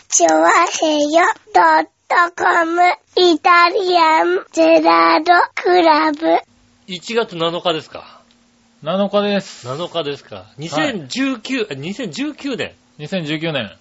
チョワヘヨ.com イタリアンゼラードクラブ。 1月7日ですか。 7日です。 7日ですか。2019年。 2019年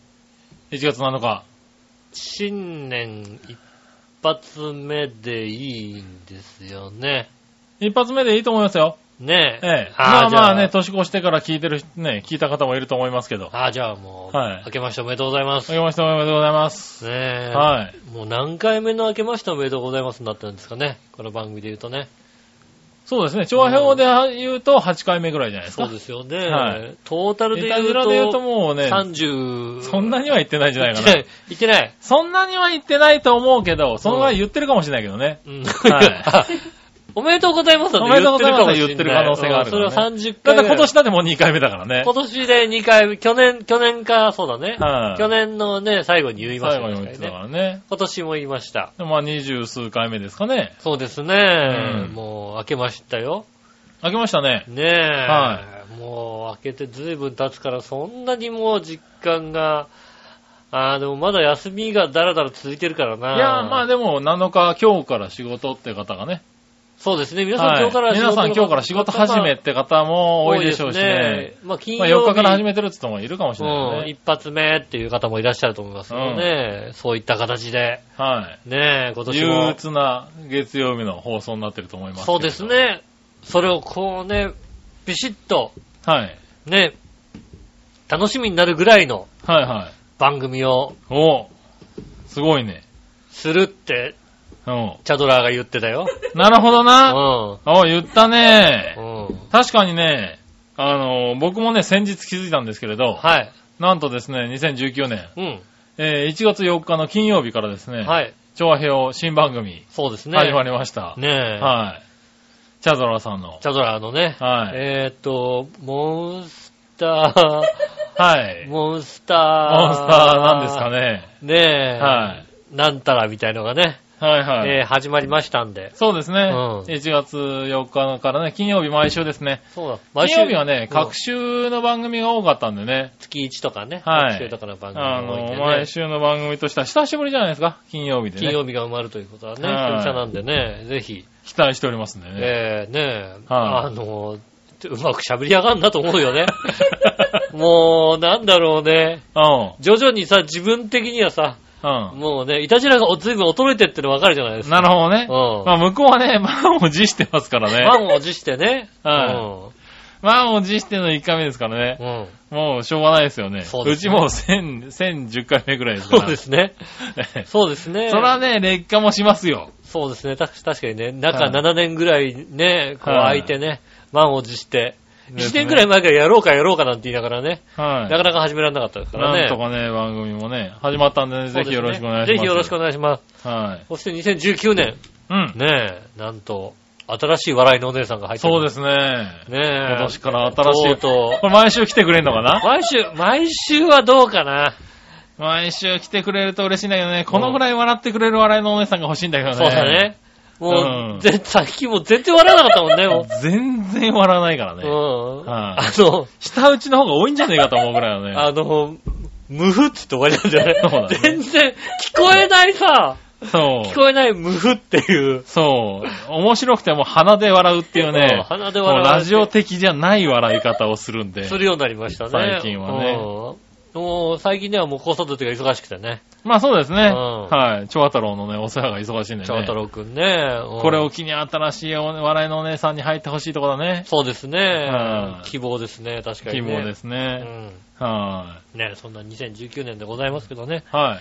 1月7日。 新年一発目でいいんですよね。 一発目でいいと思いますよ。 ねえ。 ええ。まあね、年越してから聞いた方もいると思いますけど。 じゃあもう、 はい、 明けましておめでとうございます。 明けましておめでとうございます。 ねえ。 はい。 もう何回目の明けましておめでとうございますになってるんですかね。この番組で言うとね。 そうですね。調和表で言うと8回目ぐらいじゃないですか。 そうですよね。 はい。 トータルで言うと。 イタジラで言うともうね。 30。 そんなには言ってないんじゃないかな。 言ってない。 そんなには言ってないと思うけど、そのぐらい言ってるかもしれないけどね。 うん。はい。おめでとうございますだって言ってるかもしれない。 言ってる可能性があるからね。 それは30回。 だって今年だってもう2回目だからね。 今年で2回目、去年か、そうだね。 はい。 去年のね、最後に言いましたね。 最後に言ってたからね。 今年も言いました。 まあ20数回目ですかね。 そうですね。もう明けましたよ。 明けましたね。 ねえ。はい。もう明けて随分経つから、そんなにもう実感が、でもまだ休みがだらだら続いてるからな。 いや、まあでも7日、今日から仕事って方がね。 そうですね。皆さん今日から仕事始めって方も多いでしょうしね。 まあ金曜日。 4日から始めてるって人もいるかもしれないね。 一発目っていう方もいらっしゃると思いますけどね。そういった形で。 はい。 ねえ、今年も。 憂鬱な月曜日の放送になってると思います。 そうですね。それをこうね、ビシッと。 はい。 ね、楽しみになるぐらいの。 はいはい。 番組を。 すごいね。 するって。チャドラーが言ってたよ。 なるほどな。言ったね。確かにね、僕もね、先日気づいたんですけれど、 はい。 なんとですね、2019年、1月4日の金曜日からですね、 はい。 調和表新番組、 そうですね。 始まりました。 ねえ。 はい。チャドラーさんの。 チャドラーのね、 はい。 モンスター、 はい。 モンスターなんですかね。 ねえ。 はい。 なんたらみたいのがね。 はいはい。 始まりましたんで。 そうですね。1月4日からね、金曜日毎週ですね。 そうだ。 金曜日はね、各週の番組が多かったんでね。 月1とかね。 はい。 各週とかの番組が多いんでね。 毎週の番組としては久しぶりじゃないですか、金曜日でね。 金曜日が埋まるということはね、久々なんでね、ぜひ。 期待しておりますんでね。 うまく喋りやがんなと思うよね。もう、なんだろうね。徐々にさ、自分的にはさ、もうね、イタジラが随分衰えてっての分かるじゃないですか。 なるほどね。まあ向こうはね、満を持してますからね。 満を持してね。 満を持しての1回目ですからね。もうしょうがないですよね。うちもう1010回目ぐらいですから。 そうですね。そうですね。 それはね、劣化もしますよ。 そうですね。確かにね、中7年ぐらいね、こう空いてね、満を持して、1年ぐらい前からやろうかなんて言いながらね、なかなか始められなかったですからね。 なんとかね、番組もね、始まったんでね、ぜひよろしくお願いします。 ぜひよろしくお願いします。 はい。 そして2019年。ねえ、なんと、新しい笑いのお姉さんが入ってる。 そうですね。 ねえ。 今年から新しい。 これ毎週来てくれんのかな？ 毎週はどうかな。 毎週来てくれると嬉しいんだけどね、このぐらい笑ってくれる笑いのお姉さんが欲しいんだけどね。 そうだね。もう、さっきも全然笑わなかったもんね、もう。 全然笑わないからね。下打ちの方が多いんじゃねえかと思うぐらいだね。 ムフって終わりなんじゃない？ そうだね。 全然、聞こえないさ。 そう。 聞こえないムフっていう。 そう。面白くても鼻で笑うっていうね。 鼻で笑う。 ラジオ的じゃない笑い方をするんで。 するようになりましたね。 最近はね。 もう最近ではもう子育てが忙しくてね。 まあそうですね。はい。チョワ太郎のね、お世話が忙しいんでね。 チョワ太郎くんね。 これを機に新しい笑いのお姉さんに入ってほしいところだね。 そうですね。希望ですね、確かにね。 希望ですね。はい。 ね、そんな2019年でございますけどね。 はい。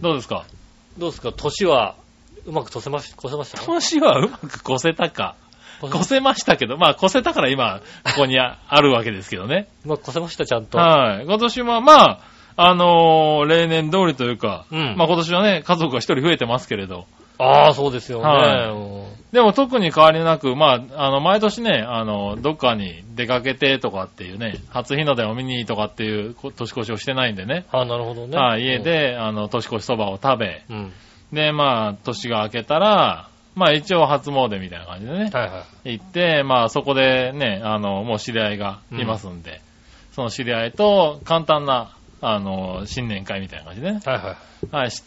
どうですか？ 年はうまく越せましたか？ 年はうまく越せたか。越せましたけど、まあ越せたから今、ここにあるわけですけどね。 まあ越せました、ちゃんと。 はい。今年はまあ、例年通りというか、まあ今年はね、家族が一人増えてますけれど。 ああ、そうですよね。 でも特に変わりなく、まあ、毎年ね、どっかに出かけてとかっていうね、初日の出を見にとかっていう年越しをしてないんでね。 ああ、なるほどね。 家で、年越しそばを食べ、で、まあ、年が明けたら、まあ一応初詣みたいな感じでね。行って、まあそこでね、もう知り合いがいますんで、その知り合いと簡単な、 新年会みたいな感じでね。 はいはい。 はい、して、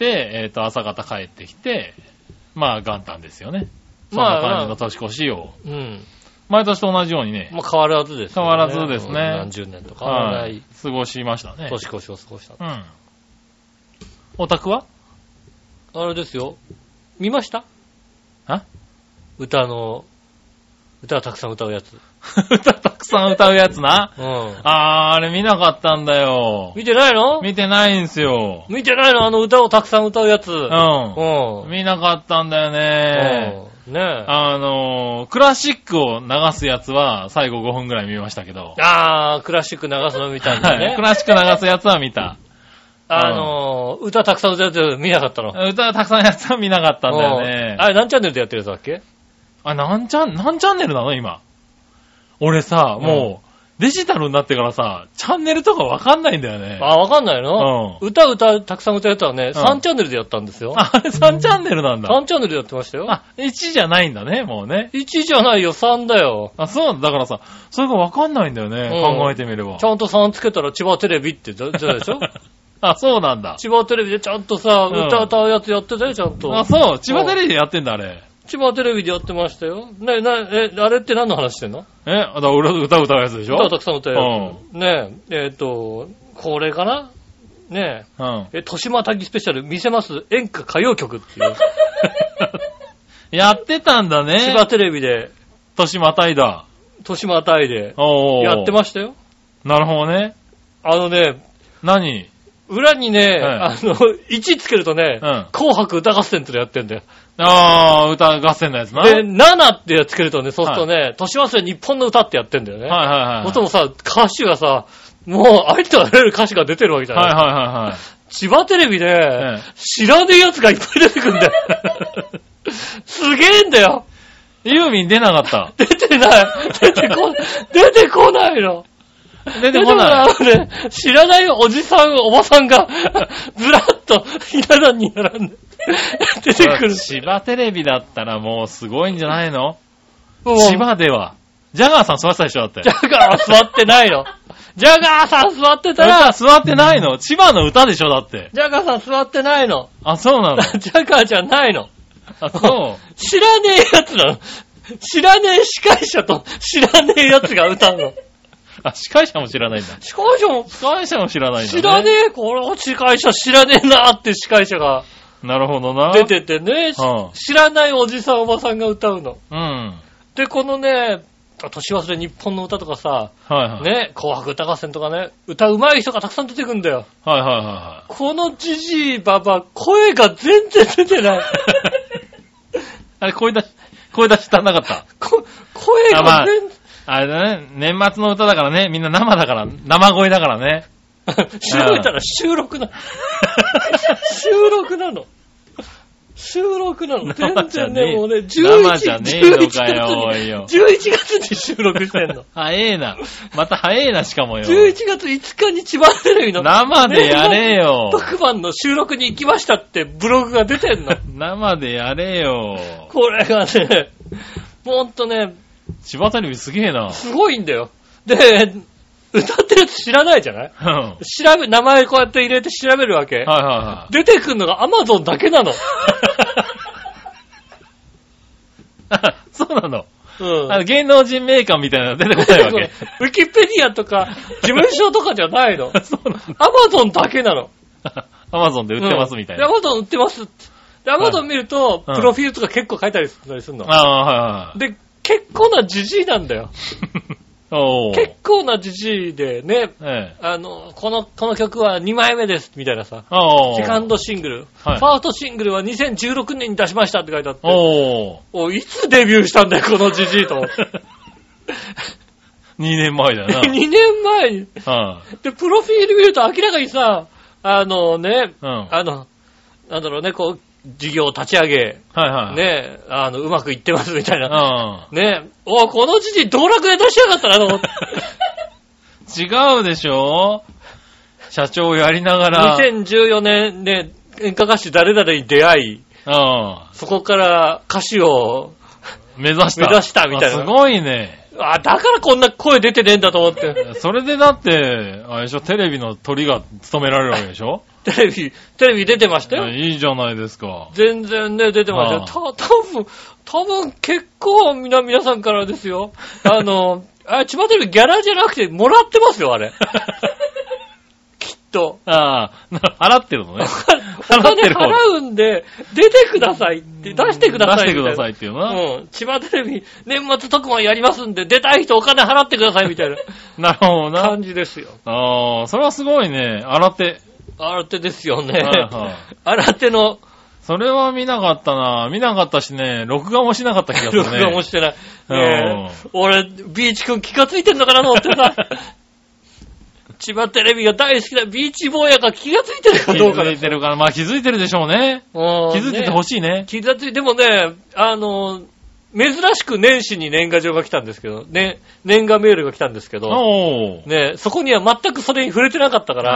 朝方帰ってきて、まあ、元旦ですよね。そんな感じの年越しを。 うん。 毎年と同じようにね。 まあ、変わらずですね。 変わらずですね。 何十年と変わらない。 過ごしましたね。 年越しを過ごした。 うん。お宅はあれですよ。見ました？歌たくさん歌うやつ。 歌たくさん歌うやつな。 うん。 あれ見なかったんだよ。 見てないの？ 見てないんすよ。 見てないの？歌をたくさん歌うやつ。 うん。見なかったんだよね。 ねえ。 クラシックを流すやつは最後5分ぐらい見ましたけど。 クラシック流すの見たんだね。 はい。クラシック流すやつは見た。 歌たくさん歌うやつ見なかったの？ 歌たくさんやつは見なかったんだよね。 あれ何チャンネルでやってるやつだっけ？ 何チャンネルなの今。俺さ、もう、デジタルになってからさ、チャンネルとかわかんないんだよね。 わかんないの？たくさん歌うやつはね、3チャンネルでやったんですよ。 あれ3チャンネルなんだ。 3チャンネルでやってましたよ。 1じゃないんだね、もうね。 1じゃないよ、3だよ。 そうなんだ。だからさ、それがわかんないんだよね、考えてみれば。 ちゃんと3つけたら千葉テレビってじゃないでしょ？ そうなんだ。 千葉テレビでちゃんとさ、歌うやつやってたよ、ちゃんと。 そう。千葉テレビでやってんだ、あれ。 千葉テレビでやってましたよ。あれって何の話してんの？ 歌うやつでしょ？ 歌たくさん歌うやつ。ねこれかな？ね豊島滝スペシャル見せます演歌歌謡曲っていう。 やってたんだね。 千葉テレビで。 豊島隊だ。 豊島隊で。やってましたよ。 なるほどね。 何？裏にね、1つけるとね、紅白歌合戦ってのやってんだよ。 歌合戦のやつな。 で、7ってつけるとね、そうするとね、年忘れ日本の歌ってやってんだよね。 はいはいはい。 もともさ、歌手がさ、もう、ありとあらゆる歌詞が出てるわけじゃない。 はいはいはいはい。 千葉テレビで、知らねえやつがいっぱい出てくんだよ。すげえんだよ。 ユーミン出なかった。 出てない。出てこないの。 出てこない。 知らないおじさん、おばさんが、ずらっと、ひな壇に並んで、出てくる。 千葉テレビだったらもうすごいんじゃないの？千葉では。ジャガーさん座ってたでしょだって。 ジャガーは座ってないの。ジャガーさん座ってたら。 座ってないの？千葉の歌でしょだって。 ジャガーさん座ってないの。 そうなの？ ジャガーじゃないの。 そう。 知らねえやつなの。知らねえ司会者と知らねえやつが歌うの。 司会者も知らないんだ。 司会者も知らないんだ、ね。知らねえ、この司会者知らねえなーって司会者が。 なるほどな。 出ててね、知らないおじさんおばさんが歌うの。 うん。 で、このね、年忘れ日本の歌とかさ、ね、紅白歌合戦とかね、歌うまい人がたくさん出てくんだよ。 はいはいはい。 このじじいばば、声が全然出てない。 あれ、声出したなかった。 声が全然。 あれだね、年末の歌だからね、みんな生だから、生声だからね。 調べたら収録なの。収録なの。全然ね、もうね、 生じゃねえのかよ、おいよ。 11月に収録してんの。 早えな。また早えな、しかもよ。 11月5日に千葉テレビの生でやれよ。 特番の収録に行きましたってブログが出てんの。 生でやれよ。 これがね、ほんとね、 千葉テレビすげえな。 すごいんだよ。で、歌ってるやつ知らないじゃない？名前こうやって入れて調べるわけ。出てくるのが Amazon だけなの。 そうなの。芸能人名鑑みたいなの出てこないわけ。 ウィキペディアとか、事務所とかじゃないの。Amazon だけなの。 Amazon で売ってますみたいな。 Amazon 売ってますって。Amazon 見ると、プロフィールとか結構書いたりするの。で、結構なジジイなんだよ。結構なジジイでね、この曲は2枚目ですみたいなさ、セカンドシングル、ファーストシングルは2016年に出しましたって書いてあって、いつデビューしたんだよこのジジイと思って。 2年前だよな。 2年前に。で、プロフィール見ると明らかにさ、なんだろうね、こう、事業を立ち上げ、ね、うまくいってますみたいな。ね、この時期道楽で出しやがったなと思って。 違うでしょ？社長をやりながら。 2014年ね、演歌歌手誰々に出会い、そこから歌手を目指したみたいな。 すごいね。 だからこんな声出てねえんだと思って。 それでだって、あれでしょ、テレビの鳥が務められるわけでしょテレビ出てましたよ。 いいじゃないですか。 全然ね、出てましたよ。多分結構皆さんからですよ。千葉テレビギャラじゃなくてもらってますよ、あれ。きっと。 払ってるのね。 お金払うんで、出てくださいって、出してください。 出してくださいっていうな。 千葉テレビ、年末特番やりますんで、出たい人お金払ってくださいみたいな。 なるほどな。 感じですよ。 それはすごいね。新手ですよね。新手の。 それは見なかったな。見なかったしね、録画もしなかった気がするね。 録画もしてない。俺、ビーチくん気がついてんのかなと思ってさ。千葉テレビが大好きなビーチ坊やが気がついてるかどうか。 気づいてるかな。まあ気づいてるでしょうね。気づいててほしいね。 でもね、珍しく年始に年賀状が来たんですけど、ね、年賀メールが来たんですけど、ね、そこには全くそれに触れてなかったから、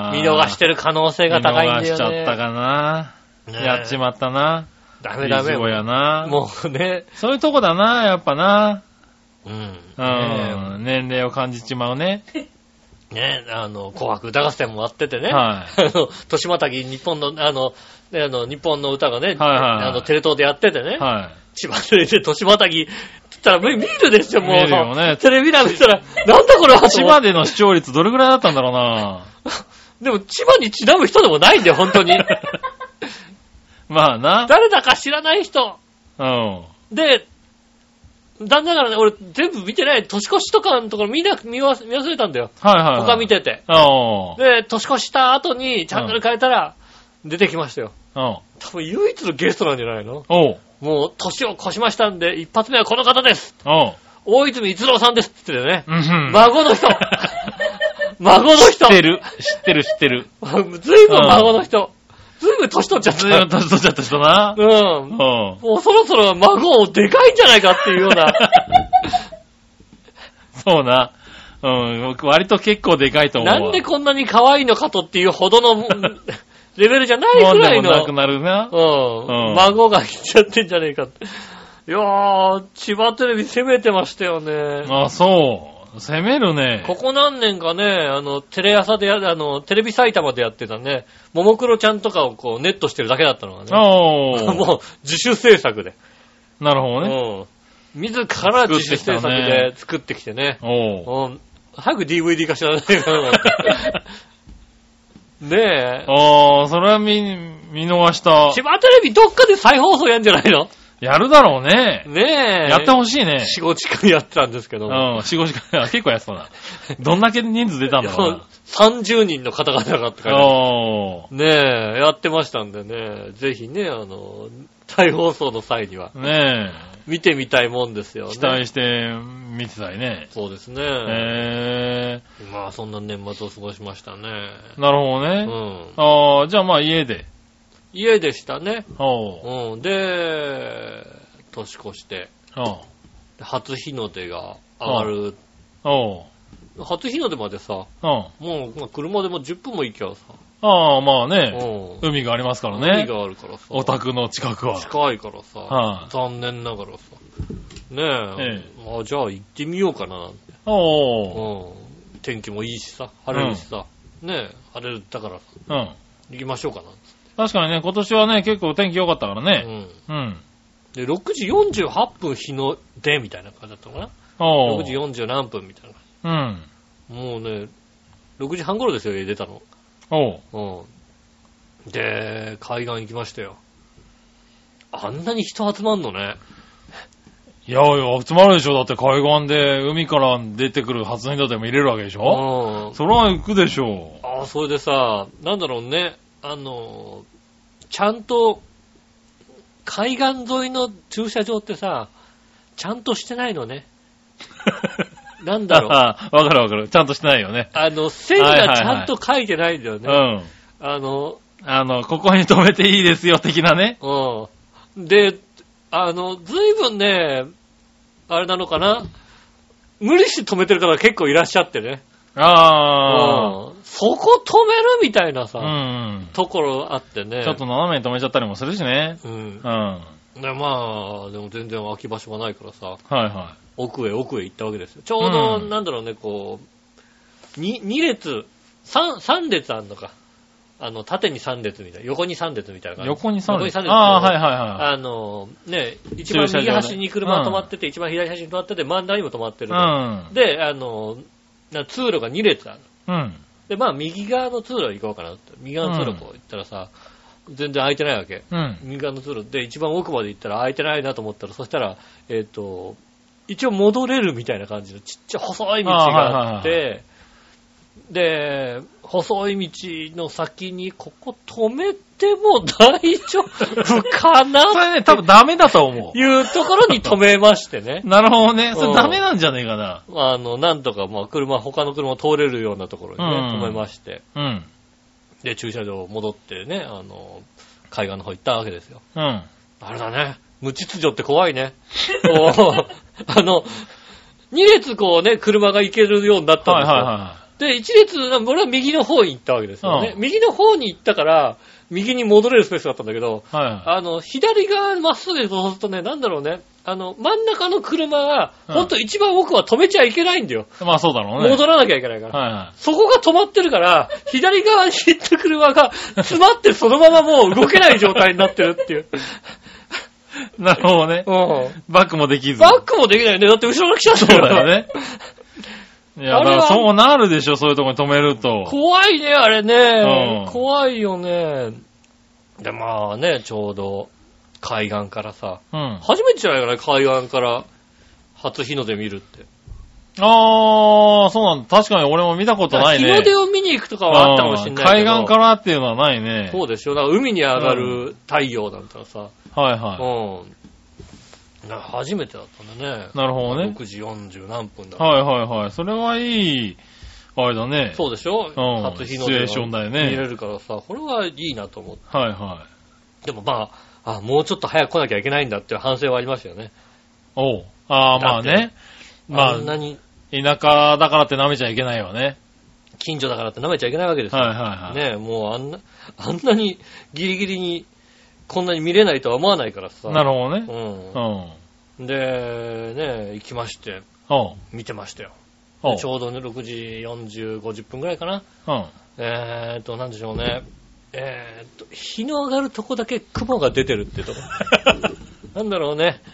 見逃してる可能性が高いんだよね。 見逃しちゃったかな。ね、やっちまったな。 ダメ。 やな。 もうね。 そういうとこだな、やっぱな。 年齢を感じちまうね。 ね、紅白歌合戦もやっててね。 はい。 年またぎ日本の、日本の歌がね、 はいテレ東でやっててね。 はい。 千葉テレビで年またぎ、って言ったら見るでしょ、もう。 見るよね。 テレビ欄見たら、なんだこれは。 千葉での視聴率どれぐらいだったんだろうな。 でも、千葉にちなむ人でもないんだよ、本当に。 まあな。 誰だか知らない人。で、だんだからね、俺全部見てない、年越しとかのところ見忘れたんだよ。他見てて。で、年越した後にチャンネル変えたら、出てきましたよ。多分唯一のゲストなんじゃないの？もう、年を越しましたんで、一発目はこの方です。大泉逸郎さんですって言ってね。孫の人。孫の人。 知ってる。 ずいぶん孫の人。ずいぶん年取っちゃった。 ずいぶん年取っちゃった人な。 もうそろそろ孫をでかいんじゃないかっていうような。 そうな。割と結構でかいと思うわ。 なんでこんなに可愛いのかとっていうほどのレベルじゃないくらいの。 もうでもなくなるな。 孫が来ちゃってんじゃねえかって。いやー、千葉テレビ攻めてましたよね。 そう。攻めるね。 ここ何年かね、テレ朝でテレビ埼玉でやってたね、ももクロちゃんとかをこうネットしてるだけだったのがね。もう自主制作で。 なるほどね。 自ら自主制作で作ってきてね。早く DVD 化しないかな。ねえ。 それは見逃した。 千葉テレビどっかで再放送やんじゃないの？ やるだろうね。 ねえ。 やってほしいね。 4、5時間やってたんですけど。 4、5時間。結構やってたな。どんだけ人数出たんだろうな。 30人の方々がって書いてある。ねえ、やってましたんでね。ぜひね、再放送の際には。 ねえ。 見てみたいもんですよね。 期待して見てたいね。 そうですね。まあ、そんな年末を過ごしましたね。 なるほどね。じゃあまあ家でしたね。で、年越して、初日の出が上がる。初日の出までさ、もう車でも10分も行きゃさ。 まあね。海がありますからね。 海があるからさ。 お宅の近くは。 近いからさ。残念ながらさ。ねえ。じゃあ行ってみようかななんて。天気もいいしさ、晴れるしさ。ねえ、晴れたからさ。行きましょうかな。 確かにね、今年はね、結構天気良かったからね。 で、6時48分日の出みたいな感じだったのかな。6時40何分みたいな。もうね、6時半頃ですよ、家出たの。で、海岸行きましたよ。あんなに人集まんのね。 いや、集まるでしょ。だって海岸で海から出てくる初日の出も見れるわけでしょ。それは行くでしょう。 それでさ、なんだろうね。ちゃんと、海岸沿いの駐車場ってさ、ちゃんとしてないのね。なんだろう。 わかる。ちゃんとしてないよね。 線がちゃんと書いてないんだよね。 ここに止めていいですよ、的なね。 で、ずいぶんね、あれなのかな。無理して止めてる方が結構いらっしゃってね。そこ止めるみたいなさ、ところあってね。 ちょっと斜めに止めちゃったりもするしね。 でまあ、でも全然空き場所がないからさ、 はいはい。 奥へ行ったわけですよ。ちょうど、なんだろうね、こう、2列、3列あんのか。縦に3列みたいな、横に3列みたいな感じ。 横に3列。 ああ、はいはいはい。ね、一番右端に車が止まってて、一番左端に止まってて、真ん中にも止まってる。で、通路が2列ある。で、まあ、右側の通路行こうかなって。右側の通路こう行ったらさ、全然空いてないわけ。右側の通路で一番奥まで行ったら空いてないなと思ったら、そしたら、一応戻れるみたいな感じのちっちゃい細い道があって、で、細い道の先にここ止めても大丈夫かなそれね、多分ダメだと思う。 いうところに止めましてね。 なるほどね。それダメなんじゃねえかな。 なんとか、まあ、他の車通れるようなところにね、止めまして。で、駐車場戻ってね、海岸の方行ったわけですよ。あれだね。無秩序って怖いね。2列こうね、車が行けるようになったんですよ。で、1列、俺は右の方に行ったわけですよね。右の方に行ったから、右に戻れるスペースがあったんだけど、左側まっすぐで通すとね、なんだろうね、真ん中の車が、ほんと一番奥は止めちゃいけないんだよ。 まあそうだろうね。 戻らなきゃいけないから。そこが止まってるから、左側に行った車が詰まってそのままもう動けない状態になってるっていう。 なるほどね。バックもできず。 バックもできないね。だって後ろが来ちゃったから。そうだよね。いや、だからそうなるでしょ、そういうとこに止めると。 怖いね、あれね。怖いよね。で、まあね、ちょうど海岸からさ、初めてじゃないかな、海岸から初日の出見るって。 ああ、そうなんだ。確かに俺も見たことないね。 日の出を見に行くとかはあったかもしれないけど。 海岸からっていうのはないね。 そうでしょ。だから海に上がる太陽なんてさ。 はいはい。 初めてだったんだね。 なるほどね。 6時40何分だ。 はいはいはい。それはいい、あれだね。 そうでしょ。初日の出シチュエーションだよね。 見れるからさ、これはいいなと思って。 はいはい。 でもまあ、もうちょっと早く来なきゃいけないんだっていう反省はありましたよね。 まあね。まあ、 あんなに。 田舎だからって舐めちゃいけないわね。 近所だからって舐めちゃいけないわけですよ。 はいはいはい。 ねもうあんなにギリギリにこんなに見れないとは思わないからさ。 なるほどね。 で、ね、行きまして、見てましたよ。ちょうどね、6時40、50分くらいかな。なんでしょうね。日の上がるとこだけ雲が出てるっていうとこ。なんだろうね。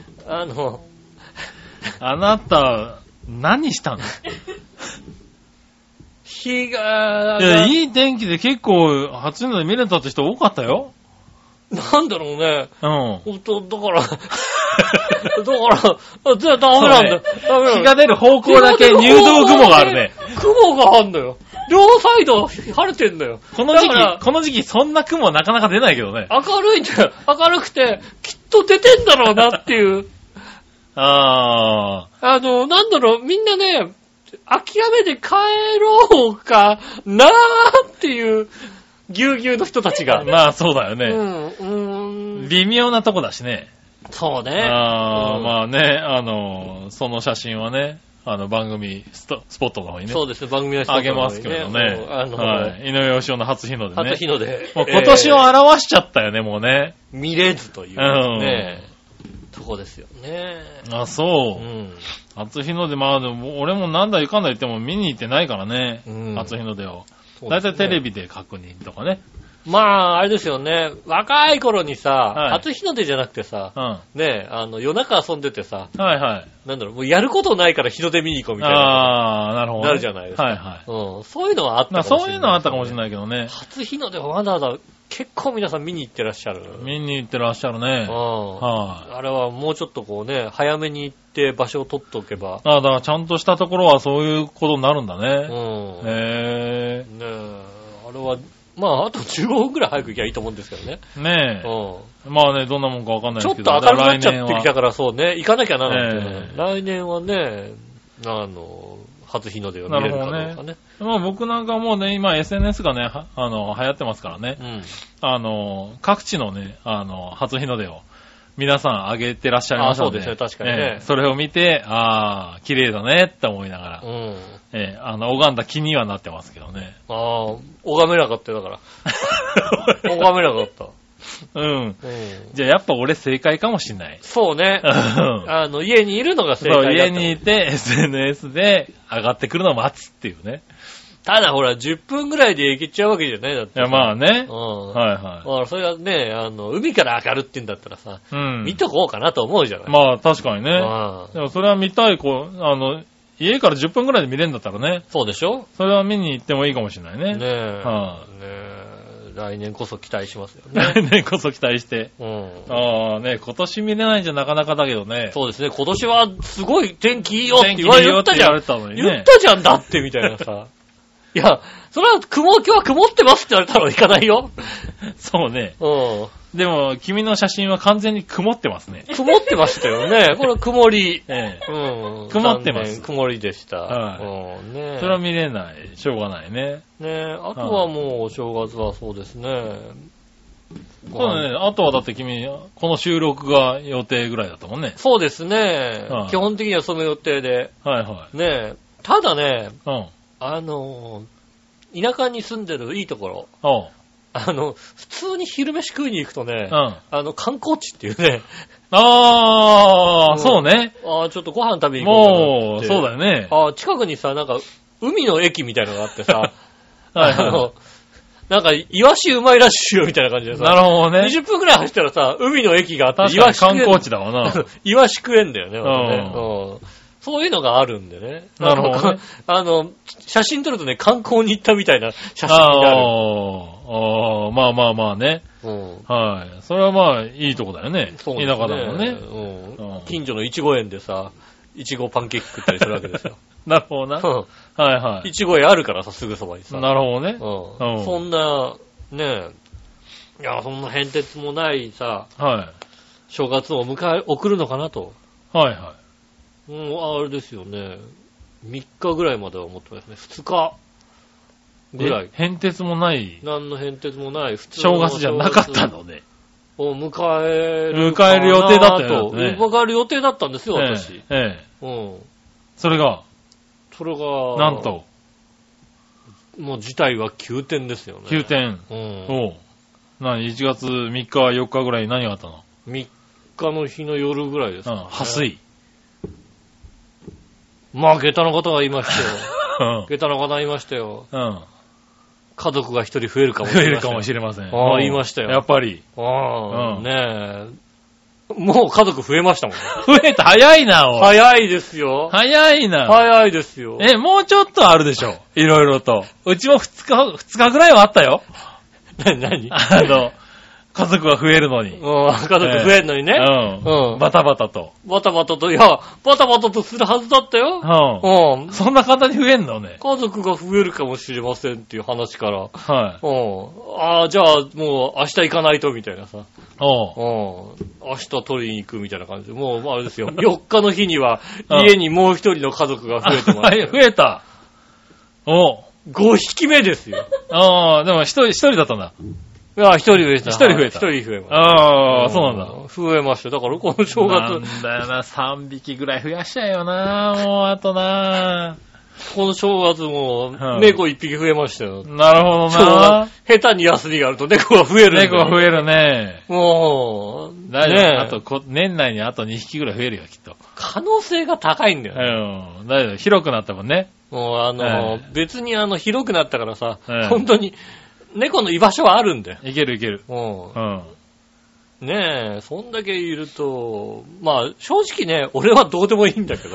あなた、何したの？ 日が、 いや、いい天気で結構、初日の出見れたって人多かったよ。 なんだろうね。ほんと、だから、じゃあダメなんだよ。 日が出る方向だけ入道雲があるね。 雲があるんだよ。両サイド晴れてんだよ。 この時期そんな雲はなかなか出ないけどね。 明るいんだよ。明るくて、きっと出てんだろうなっていう。なんだろう、みんなね、諦めて帰ろうかなーっていう、ぎゅうぎゅうの人たちが。 まあそうだよね。微妙なとこだしね。 そうね。 まあね、その写真はね、番組スポットの方にね。 そうですね、番組のスポットの方にね。 あげますけどね。井上義雄の初日の出ね。 初日の出。 もう今年を表しちゃったよね、もうね。 見れずというね。とこですよね。 あ、そう。初日の出、まあでも、俺もなんだかんだ言っても見に行ってないからね。初日の出を。だいたいテレビで確認とかね。 まあ、あれですよね。若い頃にさ、初日の出じゃなくてさ、ね、夜中遊んでてさ、なんだろう、もうやることないから日の出見に行こうみたいな。 なるほど。 なるじゃないですか。そういうのはあったかもしれない。 そういうのはあったかもしれないけどね。 初日の出はわざわざ結構皆さん見に行ってらっしゃる。 見に行ってらっしゃるね。 あれはもうちょっとこうね、早めに行って場所を取っておけば。 だからちゃんとしたところはそういうことになるんだね。 ねえ、あれは、まあ、あと15分くらい早く行きゃいいと思うんですけどね。 ねえ。まあね、どんなもんかわかんないですけど。 ちょっと明るくなっちゃってきたから、そうね、行かなきゃならない。来年はね、初日の出を見れるかどうかね。 まあ僕なんかもうね、今 SNS がね、流行ってますからね。各地のね、初日の出を皆さん上げてらっしゃいますので。 そうですね、確かにね。 それを見て、綺麗だねって思いながら。拝んだ気にはなってますけどね。 拝めなかったよ、だから。拝めなかった。 うん。じゃあやっぱ俺正解かもしんない。 そうね。家にいるのが正解だった。そう、 家にいて SNS で上がってくるのを待つっていうね。 ただほら、10分ぐらいで行けちゃうわけじゃないだって。 いや、まあね。 はいはい。それはね、海から上がるって言うんだったらさ、見とこうかなと思うじゃない。 まあ確かにね。でもそれは見たい、家から10分ぐらいで見れるんだったらね。 そうでしょ？ それは見に行ってもいいかもしれないね。 ねえ。来年こそ期待しますよね。 来年こそ期待して。今年見れないんじゃなかなかだけどね。 そうですね、今年はすごい天気いいよって言ったじゃん。言ったじゃんだってみたいなさ。いや、それは今日は曇ってますって言われたら行かないよ。 そうね。でも、君の写真は完全に曇ってますね。 曇ってましたよね。これ曇り。 曇ってます。 曇りでした。 それは見れない。しょうがないね。 あとはもう、お正月はそうですね。 そうだね。あとはだって君、この収録が予定ぐらいだったもんね。 そうですね。基本的にはその予定で。ね、ただね、田舎に住んでるいいところ。普通に昼飯食いに行くとね、観光地っていうね。 そうね。 ちょっとご飯食べに行こうかなって。 そうだよね。 近くにさ、なんか、海の駅みたいなのがあってさ、なんか、イワシうまいらしいよみたいな感じでさ。 なるほどね。 20分くらい走ったらさ、海の駅があって、 イワシ観光地だわな。 イワシ食えんだよね。そういうのがあるんでね。 なるほどね。 写真撮るとね、観光に行ったみたいな写真になる。 まあね。はい。それはまあ、いいとこだよね。田舎だもんね。 近所のいちご園でさ、いちごパンケーキ食ったりするわけですよ。 なるほどな。はいはい。 いちご園あるからさ、すぐそばにさ。 なるほどね。 そんな、ねいや、そんな変哲もないさ、正月を送るのかなと。 はいはい。 あれですよね。3日ぐらいまでは思ってますね。2日ぐらい。 変哲もない。 何の変哲もない。普通の正月じゃなかったので。 を迎える予定だったよね。 迎える予定だったんですよ、私。 それが、 なんと。もう事態は急転ですよね。 急転。1月3日、4日ぐらいに何があったの？ 3日の日の夜ぐらいですね。 破水。 まあ、下駄の方がいましたよ。下駄の方がいましたよ。家族が一人増えるかもしれません。 増えるかもしれません。 言いましたよ。 やっぱり。 ねえ。もう家族増えましたもんね。 増えた、早いな、おい。 早いですよ。 早いな。 早いですよ。 もうちょっとあるでしょ。いろいろと。うちも2日ぐらいはあったよ。 何家族が増えるのに。 家族増えるのにね。 バタバタと。 バタバタとするはずだったよ。 そんな簡単に増えんのね。 家族が増えるかもしれませんっていう話から。じゃあもう明日行かないとみたいなさ。明日取りに行くみたいな感じで。もうあれですよ。4日の日には家にもう一人の家族が増えてます。 増えた。 5匹目ですよ。 でも一人だったんだ。 一人増えた。 一人増えた。 そうなんだ。増えました。だからこの正月。 なんだよな、3匹ぐらい増やしちゃうよな、もうあとな。 この正月も、猫1匹増えましたよ。 なるほどな。 下手に休みがあると猫が増える。 猫が増えるね。 もう、 大丈夫。年内にあと2匹ぐらい増えるよ、きっと。 可能性が高いんだよ。 大丈夫。広くなったもんね。 もう別に広くなったからさ、本当に、猫の居場所はあるんだよ。 いけるいける。 ねえ、そんだけいると、まあ、正直ね、俺はどうでもいいんだけど。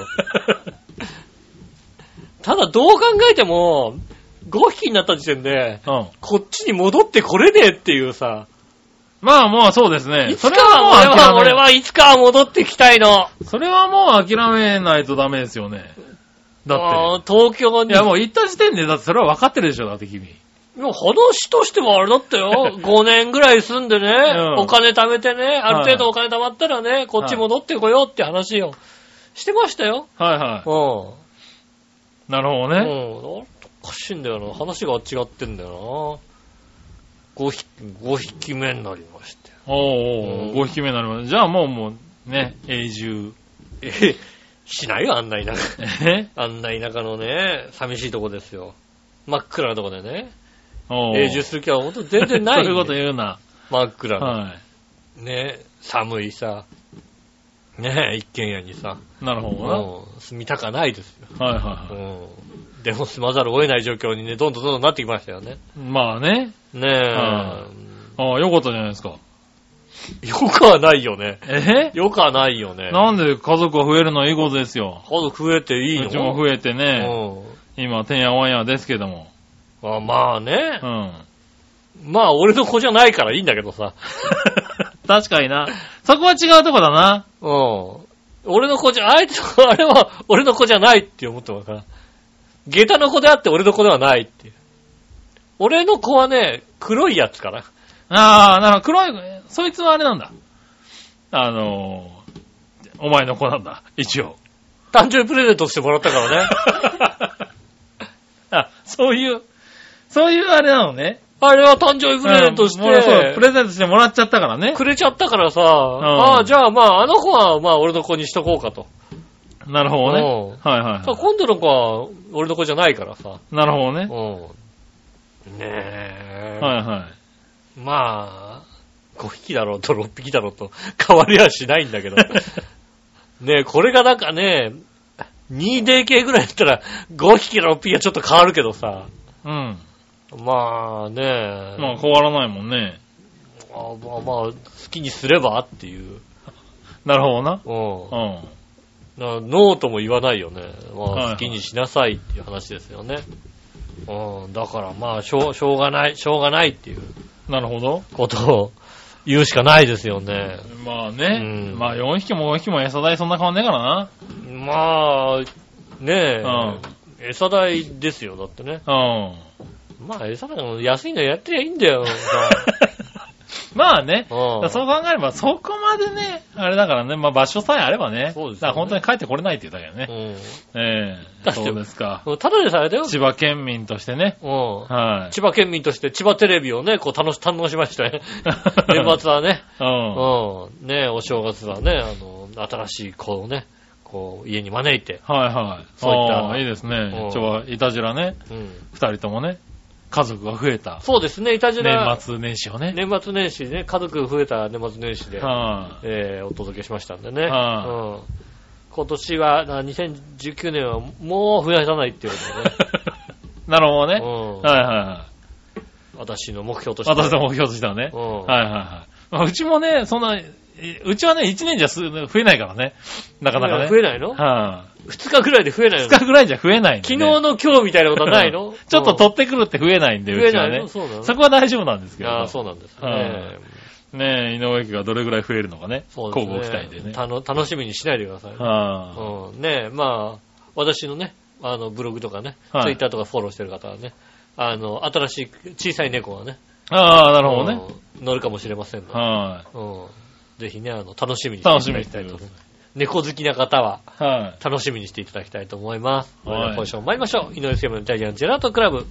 ただ、どう考えても、5匹になった時点で、こっちに戻ってこれねえっていうさ。 まあもうそうですね。 いつかは俺はいつかは戻ってきたいの。 それはもう諦めないとダメですよね。だって。 東京に。 いやもう行った時点で、だってそれは分かってるでしょ、だって君。 話としてはあれだったよ。5年ぐらい住んでね、お金貯めてね、ある程度お金貯まったらね、こっち戻ってこようって話をしてましたよ。 なるほどね。 おかしいんだよな。話が違ってんだよな。5匹目になりましたよ。 5匹目になりました。じゃあもうね、永住。 しないよ、あんな田舎。あんな田舎のね、寂しいとこですよ。真っ暗なとこでね。永住する気は本当全然ない。 そういうこと言うな。 真っ暗な。 はい。 ね、寒いさ、ね、一軒家にさ。 なるほどな。 住みたかないですよ。 はいはいはい。 でも住まざるを得ない状況にね、どんどんなってきましたよね。 まあね。 ねえ。 ああ、よかったじゃないですか。 よくはないよね。よくはないよね。 なんで家族が増えるのはいいことですよ。 家族増えていいの？ うちも増えてね。今、てんやわんやですけども。 まあね。まあ、俺の子じゃないからいいんだけどさ。 確かにな。そこは違うとこだな。 俺の子じゃ、あれは俺の子じゃないって思ってますから。下駄の子であって俺の子ではないっていう。俺の子はね、黒いやつかな。 ああ、なんか黒い、そいつはあれなんだ。お前の子なんだ、一応。 誕生日プレゼントしてもらったからね。 あ、そういうあれなのね。 あれは誕生日プレゼントして、 プレゼントしてもらっちゃったからね。 くれちゃったからさ、じゃあまあ、あの子はまあ俺の子にしとこうかと。 なるほどね。はいはい。 今度の子は俺の子じゃないからさ。 なるほどね。 ねえ。 はいはい。 まあ、5匹だろうと6匹だろうと変わりはしないんだけど。ねえ、これがなんかね、2DK ぐらいだったら5匹6匹はちょっと変わるけどさ。まあね。 まあ変わらないもんね。 まあ、好きにすればっていう。 なるほどな。 ノーとも言わないよね。まあ、好きにしなさいっていう話ですよね。だからまあ、しょうがないっていう。 なるほど。 ことを言うしかないですよね。 まあね。まあ4匹も5匹も餌代そんな変わんねえからな。 まあ、ねえ。餌代ですよ、だってね。まあ、餌代も安いのやってりゃいいんだよ。 まあね。そう考えれば、そこまでね、あれだからね、まあ場所さえあればね。そうですね。だから本当に帰ってこれないっていうだけだね。そうですか。 ただでさえだよ。 千葉県民としてね。 千葉県民として千葉テレビをね、こう堪能しましたね。年末はね。ね、お正月はね、新しい子をね、こう、家に招いて。 はいはい。そういった。いいですね。いたじらね。二人ともね。家族が増えた。 そうですね、いたじら。 年末年始をね。 年末年始ね、家族が増えた年末年始で、お届けしましたんでね。今年は、2019年はもう増やさないっていうことでね。 なるほどね。はいはい。 私の目標としては。私の目標としてはね。はいはいはい。うちもね、そんな、うちはね、1年じゃ増えないからね。なかなかね。 増えないの2日ぐらいで増えないの ?2 日ぐらいじゃ増えないんで、 昨日の今日みたいなことはないのちょっと取ってくるって増えないんで、うちはね。そこは大丈夫なんですけど。 ああ、そうなんですね。 ねえ、井上家がどれぐらい増えるのかね。交互期待でね。 楽しみにしないでくださいね。ねえ、まあ、私のね、ブログとかね、ツイッターとかフォローしてる方はね、新しい小さい猫がね。 ああ、なるほどね。 乗るかもしれませんので。ぜひね、楽しみにしていただきたいと思います。猫好きな方は、楽しみにしていただきたいと思います。今週も参りましょう。井上杉村のイタリアンジェラートクラブ。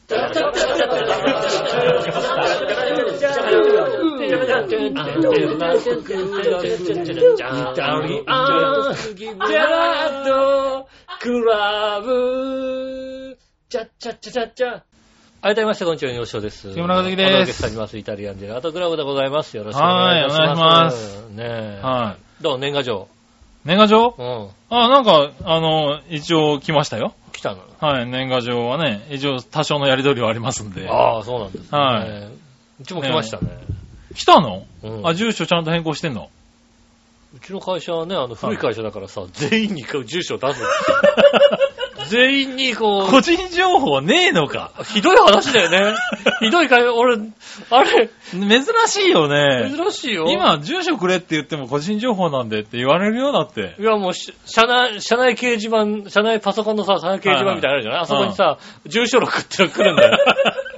改めまして、こんにちは、吉尾です。 木村和樹です。 お届けしております。イタリアンジェラートクラブでございます。よろしくお願いします。 はい、お願いします。 ねえ。はい。どう年賀状。 年賀状なんか、一応来ましたよ。 来たのはい、年賀状はね、一応多少のやり取りはありますんで。 ああ、そうなんですね。 はい。 うちも来ましたね。 来たの住所ちゃんと変更してんのうちの会社はね、古い会社だからさ、全員に住所を出す。全員にこう。 個人情報ねえのか。 ひどい話だよね。ひどい会社、俺、あれ。 珍しいよね。 珍しいよ。 今、住所くれって言っても個人情報なんでって言われるようだって。 いやもう、社内掲示板、社内パソコンのさ、社内掲示板みたいなのあるじゃない、あそこにさ、住所録ってのが来るんだよ。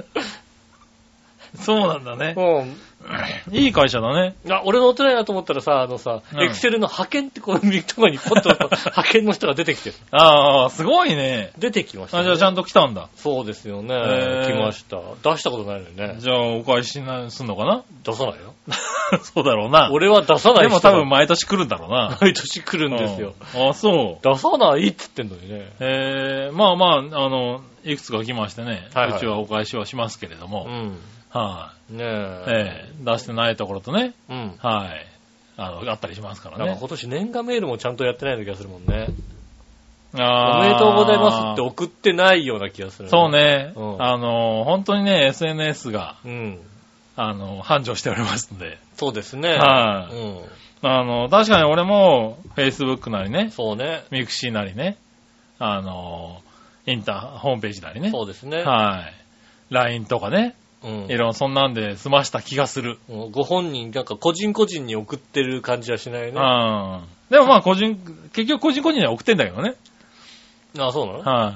そうなんだね。いい会社だね。 俺のお寺だと思ったらさ、エクセルの派遣ってこう右とかにポッと派遣の人が出てきてる。 ああ、すごいね。 出てきましたね。 じゃあちゃんと来たんだ。 そうですよね。来ました。出したことないのにね。 じゃあお返しすんのかな？ 出さないよ。 そうだろうな。 俺は出さない人。 でも多分毎年来るんだろうな。 毎年来るんですよ。 あ、そう。 出さないって言ってんのにね。 まあまあ、いくつか来ましてね。うちはお返しはしますけれども。 はい、 ねえ。 出してないところとね。 うん。 はい。あったりしますからね。 なんか今年年賀メールもちゃんとやってないような気がするもんね。おめでとうございますって送ってないような気がする、ね。 そうね。うん、本当にね、SNS が、 うん。 繁盛しておりますので。 そうですね。 はい、うん。確かに俺も、Facebook なりね。 そうね。 ミクシーなりね。ホームページなりね。 そうですね。 はい。LINE とかね。うん。いろいろそんなんで済ました気がする。 ご本人、なんか個人個人に送ってる感じはしないね。 うん。でもまあ結局個人個人には送ってんだけどね。 ああ、そうなの？ はい。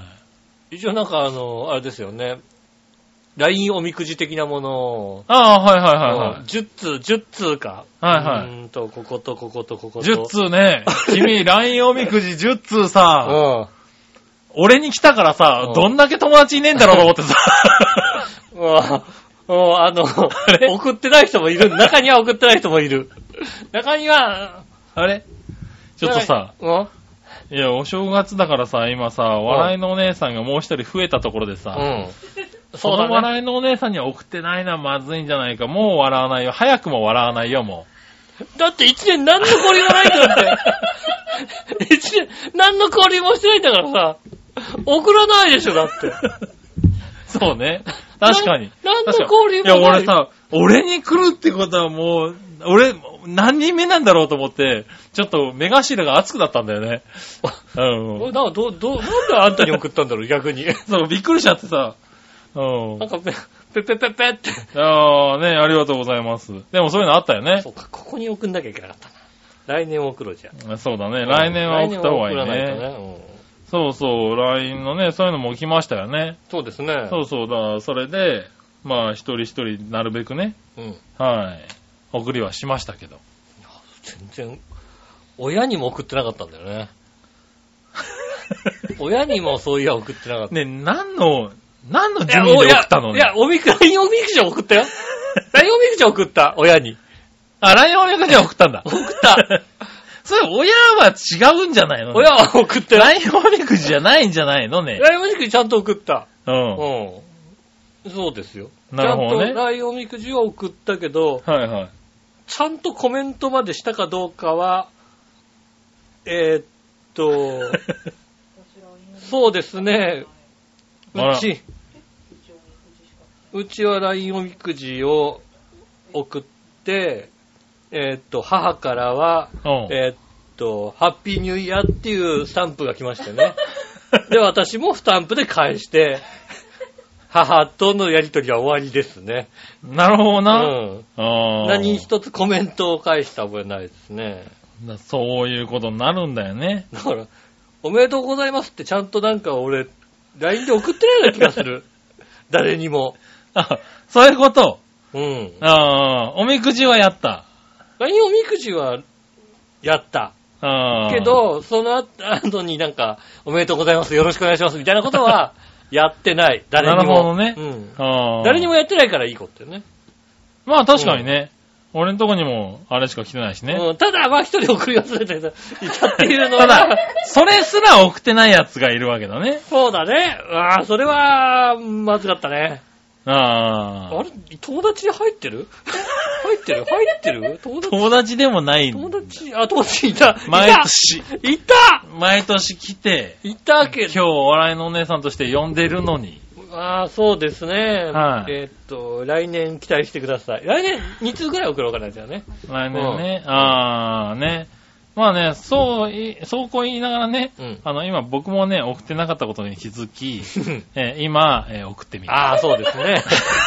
一応なんかあれですよね。LINE おみくじ的なものを。 ああ、はいはいはい、はい。 10通か。 はいはい。 こことこことここと。 10通ね。君、LINE おみくじ10通さ。うん。俺に来たからさ、どんだけ友達いねえんだろうと思ってさ。 送ってない人もいる。中には送ってない人もいる。中には、 あれちょっとさ、いや、お正月だからさ、今さ、笑いのお姉さんがもう一人増えたところでさ、その笑いのお姉さんには送ってないのはまずいんじゃないか。もう笑わないよ。早くも笑わないよ、もう。だって一年何の交流もないんだって。一年何の交流もしてないんだからさ、送らないでしょ、だって。 そうね。確かに。 何の交流もない。 いや、俺さ、俺に来るってことはもう、俺、何人目なんだろうと思って、ちょっと目頭が熱くなったんだよね。 うん。なんであんたに送ったんだろう、逆に。 そう、びっくりしちゃってさ。うん。 なんかペッって。 ああ、ね、ありがとうございます。でもそういうのあったよね。 そうか、ここに送んなきゃいけなかったな。来年送ろうじゃん。 そうだね、来年は送った方がいいね。 来年は送らないとね。 そうそう、LINE のね、そういうのも来ましたよね。 そうですね。 そうそう、だからそれで、まあ一人一人なるべくね、 うん。 はい、送りはしましたけど。 全然、親にも送ってなかったんだよね。親にもそういや送ってなかった。 ね、何の順位で送ったのね。 いや、LINE おみくじ送ったよ。LINE おみくじ送った、親に。 あ、LINE おみくじ送ったんだ。 送った。 それ、親は違うんじゃないのね。 親は送ってない。 LINE おみくじじゃないんじゃないのね。 LINE おみくじちゃんと送った。 うん。 そうですよ。 なるほどね。 ちゃんと LINE おみくじは送ったけど、 はいはい。 ちゃんとコメントまでしたかどうかは、そうですね。うちは LINE おみくじを送って、母からは、ハッピーニューイヤーっていうスタンプが来ましてね。で、私もスタンプで返して、母とのやりとりは終わりですね。 なるほどな。 うん。何一つコメントを返した覚えないですね。 そういうことになるんだよね。 だから、おめでとうございますってちゃんとなんか俺、LINE で送ってないような気がする。誰にも。 あ、そういうこと。 うん。 おみくじはやった。 LINE おみくじは、やった。けど、その後になんか、おめでとうございます、よろしくお願いします、みたいなことは、やってない。誰にも。 なるほどね。 うん。誰にもやってないからいいことよね。 まあ確かにね。俺のとこにも、あれしか来てないしね。 うん。ただ、まあ一人送り忘れていたっていうのは。 ただ、それすら送ってないやつがいるわけだね。 そうだね。それは、まずかったね。 あれ友達に入ってる入ってる友達でもない。 友達いた。 毎年。 いた毎年来て。 いたけど。 今日お笑いのお姉さんとして呼んでるのに。 そうですね。 はい。 来年期待してください。来年2通ぐらい送ろうかな、じゃあね。 来年ね。ね。まあね、そうこう言いながらね、 うん、 今僕もね、送ってなかったことに気づき、今、送ってみた。 そうですね。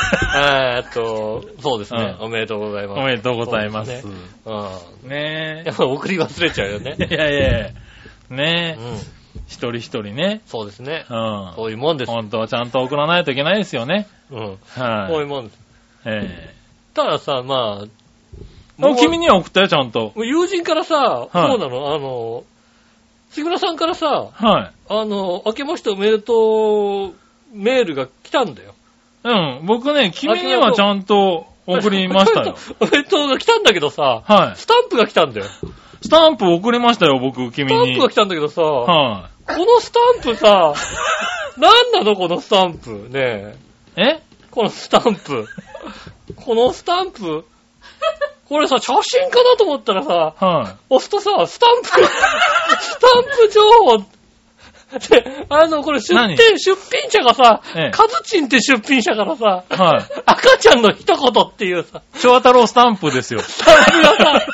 そうですね、おめでとうございます。 おめでとうございます。 ねやっぱ送り忘れちゃうよね。 いや。ね一人一人ね。 そうですね。そういうもんです。 本当はちゃんと送らないといけないですよね。 はい。そういうもんです。たださ、まあ、 君には送ったよ、ちゃんと。 友人からさ、そうなの、杉村さんからさ、 はい。 明けましておめでとうメールが来たんだよ。 うん、僕ね、君にはちゃんと送りましたよ。 おめでとうが来たんだけどさ、 はい。 スタンプが来たんだよ。 スタンプ送りましたよ、僕、君に。 スタンプが来たんだけどさ、 はい。 このスタンプさ、なんなのこのスタンプ。ねえこのスタンプ。 このスタンプ、これさ、写真かなと思ったらさ、押すとさ、スタンプ情報で、これ出品者がさ、カズチンって出品者からさ、赤ちゃんの一言っていうさ、 昭和太郎スタンプですよ。 スタンプがさ、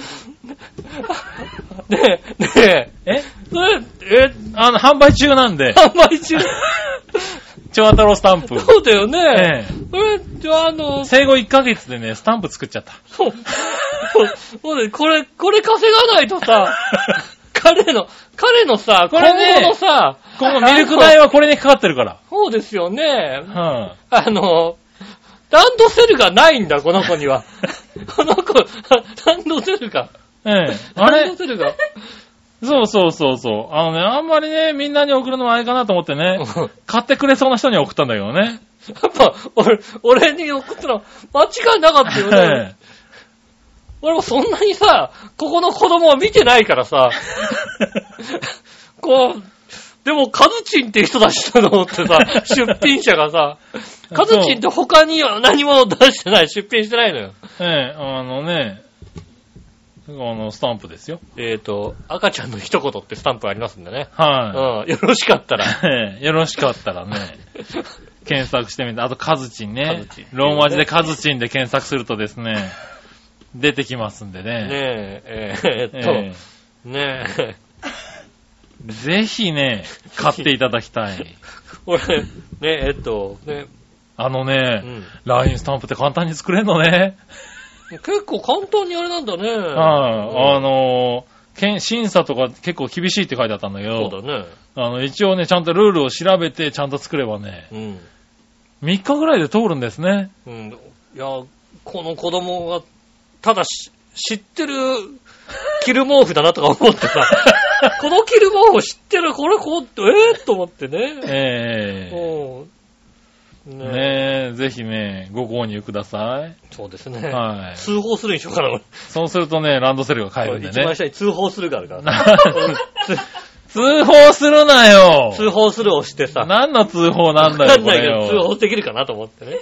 ねえ、それ、 販売中なんで。 販売中昭和太郎スタンプ。 そうだよね。それ、 生後1ヶ月でね、スタンプ作っちゃった。 そうだ、これ稼がないとさ、彼のさ、 これね、 今後のさ、 今後ミルク代はこれにかかってるから。 そうですよね。ランドセルがないんだ、この子には。この子、ランドセルが。 あれランドセルが。 そう。あんまりね、みんなに送るのはあれかなと思ってね、買ってくれそうな人に送ったんだけどね。 やっぱ、俺に送ったら間違いなかったよね。俺もそんなにさ、ここの子供は見てないからさ、でもカズチンって人だしと思ってさ、出品者がさ、カズチンって他には何も出してない、出品してないのよ。 スタンプですよ。 赤ちゃんの一言ってスタンプありますんでね。 よろしかったら。 よろしかったらね、検索してみて、あとカズチンね。ローマ字でカズチンで検索するとですね、出てきますんでね。ぜひね、買っていただきたい。 俺、 LINE スタンプって簡単に作れんのね。 結構簡単にあれなんだね。 審査とか結構厳しいって書いてあったんだけど。 そうだね。一応ね、ちゃんとルールを調べてちゃんと作ればね、3日ぐらいで通るんですね。 いや、この子供が、ただ知ってるキル毛布だなとか思ってさ、このキル毛布知ってる、これと思ってね。 ぜひね、ご購入ください。 そうですね。通報するにしようかな、俺。 そうするとね、ランドセルが買えるんでね。 一番下に通報するがあるから。 通報するなよ。 通報するをしてさ。 何の通報なんだよ、 わかんないけど、通報できるかなと思ってね。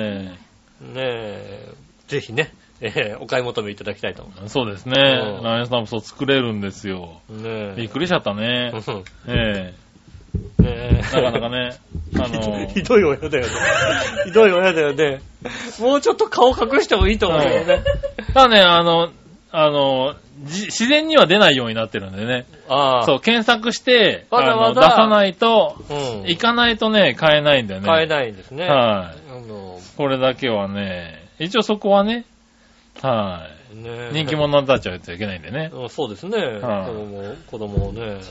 ぜひね、お買い求めいただきたいと思います。 そうですね。ラインスタンプ作れるんですよ。びっくりしちゃったね。なかなかね、 ひどい親だよね。ひどい親だよね。もうちょっと顔隠してもいいと思うよね。 ただね、自然には出ないようになってるんでね。そう、検索して、出さないと、行かないとね、買えないんだよね。 買えないんですね。 これだけはね、一応そこはね、人気者になっちゃうといけないんでね。 そうですね。子供をね。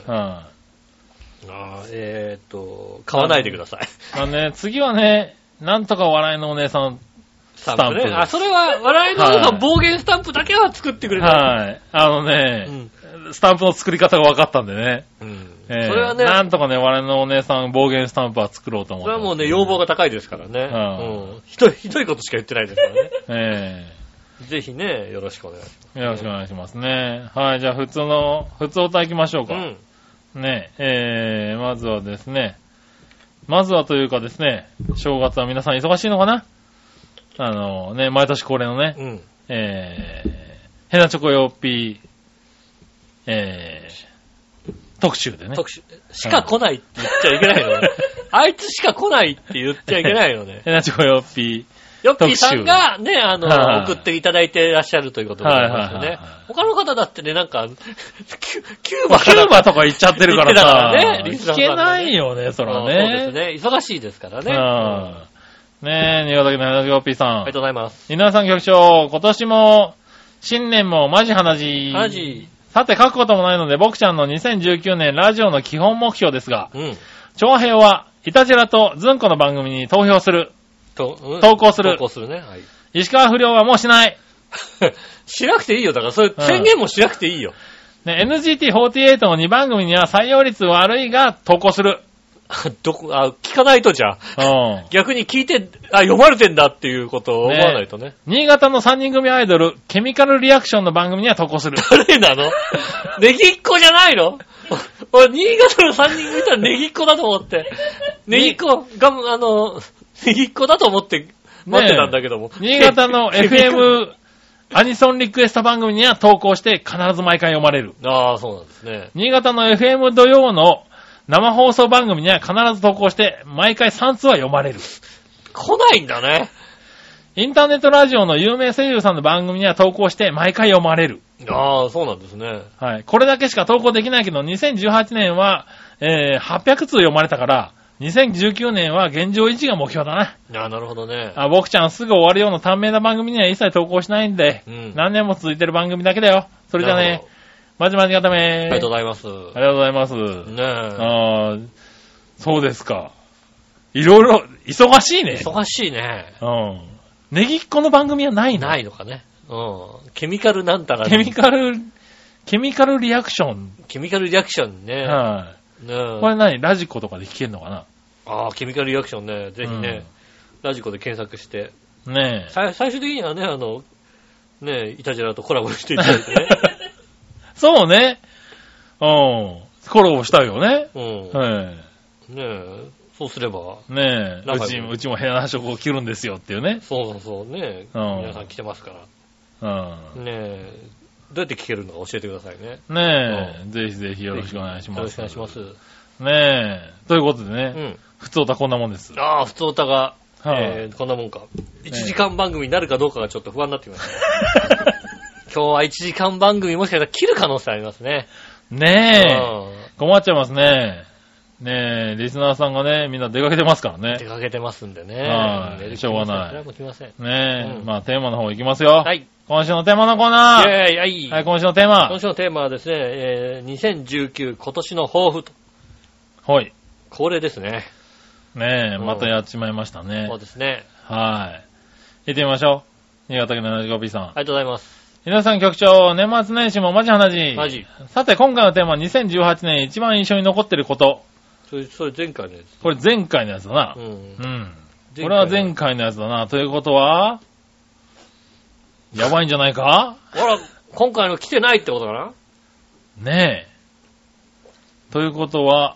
買わないでください。 次はね、なんとか笑いのお姉さんスタンプ。 それは、笑いのお姉さん暴言スタンプだけは作ってくれた。 スタンプの作り方が分かったんでね。 それはね、 なんとかね、笑いのお姉さん暴言スタンプは作ろうと思って。 それはもうね、要望が高いですからね。ひどいことしか言ってないですからね。ぜひね、よろしくお願いします。 よろしくお願いしますね。はい、じゃあ普通お歌行きましょうか。ね、まずはですね、というかですね、正月は皆さん忙しいのかな？毎年恒例のね、ヘナチョコヨッピー、特集でね。 特集。しか来ないって言っちゃいけないのね。あいつしか来ないって言っちゃいけないのね。 ヘナチョコヨッピー。 ヨッピーさんがね、送っていただいていらっしゃるということでございますよね。他の方だってね、なんか、キューバとか行っちゃってるからさ。 行けないよね、そらね。 そうですね。忙しいですからね。 ねえ、新潟県のヘナチョコヨッピーさん。 ありがとうございます。 皆さん局長、今年も、新年もマジ話。さて、書くこともないので、僕ちゃんの2019年ラジオの基本目標ですが、長平は、イタジラとズンコの番組に投票する。投稿する。 投稿するね。はい。 石川不良はもうしない。 しなくていいよ。だから、そういう宣言もしなくていいよ。 ね、NGT48 の2番組には採用率悪いが投稿する。 聞かないとじゃあ。逆に聞いて、読まれてんだっていうことを思わないとね。 新潟の3人組アイドル、ケミカルリアクションの番組には投稿する。 誰なの？ネギっ子じゃないの？俺、新潟の3人組見たらネギっ子だと思って。ネギっ子だと思って、 待ってたんだけども。 新潟の FM アニソンリクエスト番組には投稿して必ず毎回読まれる。 ああ、そうなんですね。 新潟の FM 土曜の生放送番組には必ず投稿して毎回3通は読まれる。 来ないんだね。 インターネットラジオの有名声優さんの番組には投稿して毎回読まれる。 ああ、そうなんですね。 はい。これだけしか投稿できないけど、2018年は、800通読まれたから、2019年は現状維持が目標だな。 ああ、なるほどね。 僕ちゃんすぐ終わるような短命な番組には一切投稿しないんで、何年も続いてる番組だけだよ。それじゃね、まじまじがため。 ありがとうございます。 ありがとうございます。 ねえ。そうですか。いろいろ、忙しいね。 忙しいね。 ネギっ子の番組はないの？ ないのかね。ケミカルなんたら。 ケミカルリアクション。 ケミカルリアクションね。 はい。これ何？ラジコとかで聞けるのかな？ ああ、ケミカルリアクションね。ぜひね、ラジコで検索して。 ねえ。 最終的にはね、ねえ、イタジラとコラボしていただいてね。 そうね。コラボしたいよね。 ねえ、そうすれば。 ねえ、うちもヘナショコを着るんですよっていうね。 そうね。皆さん来てますから。ねえ、どうやって聞けるのか教えてくださいね。 ねえ、ぜひぜひよろしくお願いします。 よろしくお願いします。 ねえ、ということでね、普通歌こんなもんです。 ああ、普通歌が、こんなもんか。1時間番組になるかどうかがちょっと不安になってきましたね。今日は1時間番組もしかしたら切る可能性ありますね。 ねえ、困っちゃいますね。ねえ、リスナーさんがね、みんな出かけてますからね。 出かけてますんでね。 はい。しょうがない。 誰も来ません。 ねえ、まあテーマの方行きますよ。 はい。 今週のテーマのコーナー。 はい、 今週のテーマ。 今週のテーマはですね、2019今年の抱負と。 はい。 これですね。 ねえ、またやっちまいましたね。 そうですね。 はい。行ってみましょう。新潟県の 75P さん。ありがとうございます。 皆さん局長、年末年始もマジ話。 マジ。 さて、今回のテーマは2018年一番印象に残っていること。 それ前回のやつ。 これ前回のやつだな。これは前回のやつだな。ということは、やばいんじゃないか？ ほら、今回の来てないってことかな？ ねえ。ということは、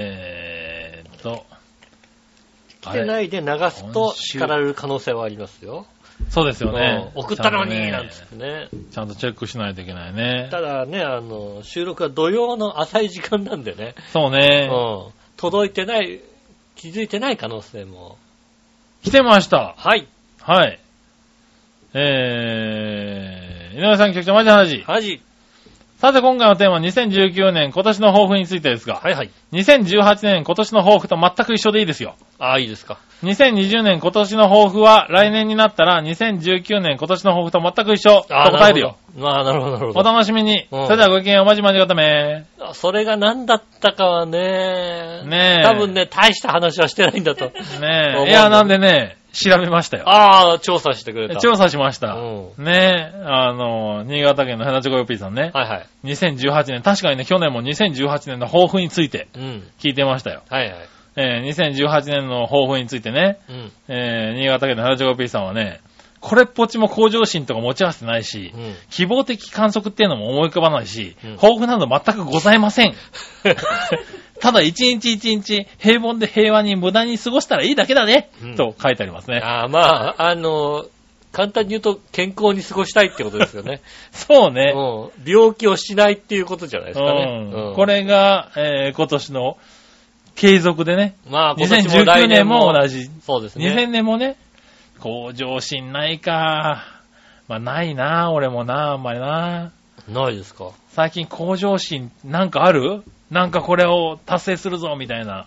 来てないで流すと叱られる可能性はありますよ。 そうですよね。 送ったのになんつってね。 ちゃんとチェックしないといけないね。 ただね、収録は土曜の浅い時間なんでね。 そうね。 届いてない、気づいてない可能性も。 来てました。 はい。 はい。井上さん局長マジ話。 マジ。 さて今回のテーマは2019年今年の抱負についてですが。 はいはい。 2018年今年の抱負と全く一緒でいいですよ。 ああ、いいですか。 2020年今年の抱負は来年になったら2019年今年の抱負と全く一緒と答えるよ。 なるほど、なるほど。 お楽しみに。それではごきげんよう、まじまじがため。 それが何だったかはね。 ねえ。 多分ね、大した話はしてないんだと。 ねえ。いや、なんでね、調べましたよ。 ああ、調査してくれた。 調査しました。ねえ、新潟県のヘナチョコヨッピーさんね。 はいはい。 2018年、確かにね、去年も2018年の抱負について、聞いてましたよ。 はいはい。 2018年の抱負についてね、新潟県のヘナチョコヨッピーさんはね、これっぽっちも向上心とか持ち合わせてないし、希望的観測っていうのも思い浮かばないし、抱負など全くございません。ただ一日一日平凡で平和に無駄に過ごしたらいいだけだね、と書いてありますね。 まあ、簡単に言うと健康に過ごしたいってことですよね。 そうね。 病気をしないっていうことじゃないですかね。 これが、今年の継続でね。 まあ、今年も来年も 2019年も同じ。 そうですね。 2000年もね、向上心ないか。まあ、ないな、俺もな、あんまりな。 ないですか。 最近向上心なんかある？なんかこれを達成するぞ、みたいな。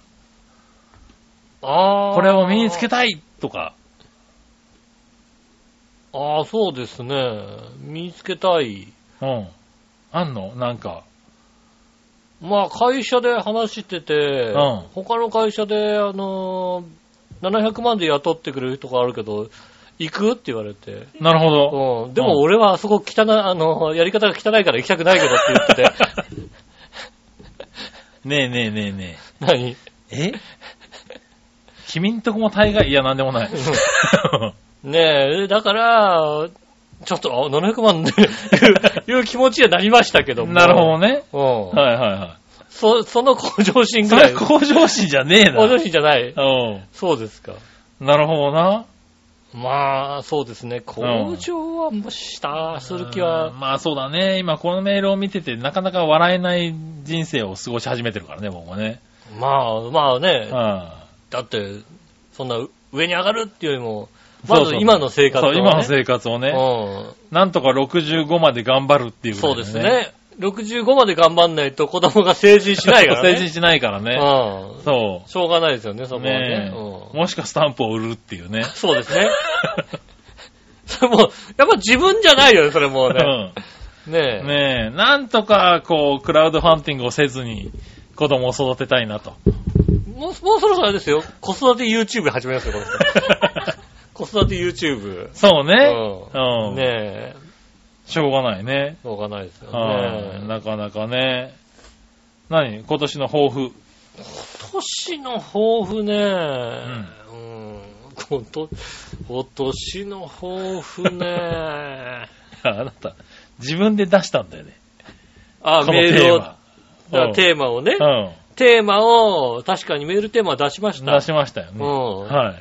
これを身につけたいとか。 そうですね。身につけたい。 あんの？なんか。 まあ、会社で話してて、他の会社で、700万で雇ってくれるとかあるけど、行くって言われて。 なるほど。 でも俺はあそこ汚い、やり方が汚いから行きたくないけどって言ってて。 ねえ。 何？ 君んとこも大概、いや、なんでもない。 ねえ、だから、ちょっと、700万でいう気持ちにはなりましたけども。 なるほどね。 はい。その向上心ぐらい。 それ向上心じゃねえな。 向上心じゃない。そうですか。 なるほどな。 まあ、そうですね。向上はもしする気は。 まあそうだね。今このメールを見てて、なかなか笑えない人生を過ごし始めてるからね、僕もね。 まあね。だって、そんな上に上がるっていうよりも、まず今の生活をね。 そう、今の生活をね。なんとか65まで頑張るっていうことですね。 そうですね。65まで頑張んないと子供が成人しないからね。 成人しないからね。そう。 しょうがないですよね、そこはね。 もしかスタンプを売るっていうね。 そうですね。それも、やっぱ自分じゃないよね、それもうね。 ねえ。なんとか、クラウドファンディングをせずに子供を育てたいなと。 もうそろそろあれですよ。子育て YouTube 始めますよ、これ。子育て YouTube。 そうね。 ねえ。 しょうがないね。 しょうがないですよね。 なかなかね。何？今年の抱負。 今年の抱負ね。今年の抱負ね。 あなた、自分で出したんだよね。 メールを、テーマをね。テーマを、確かにメールテーマ出しました。 出しましたよね。はい。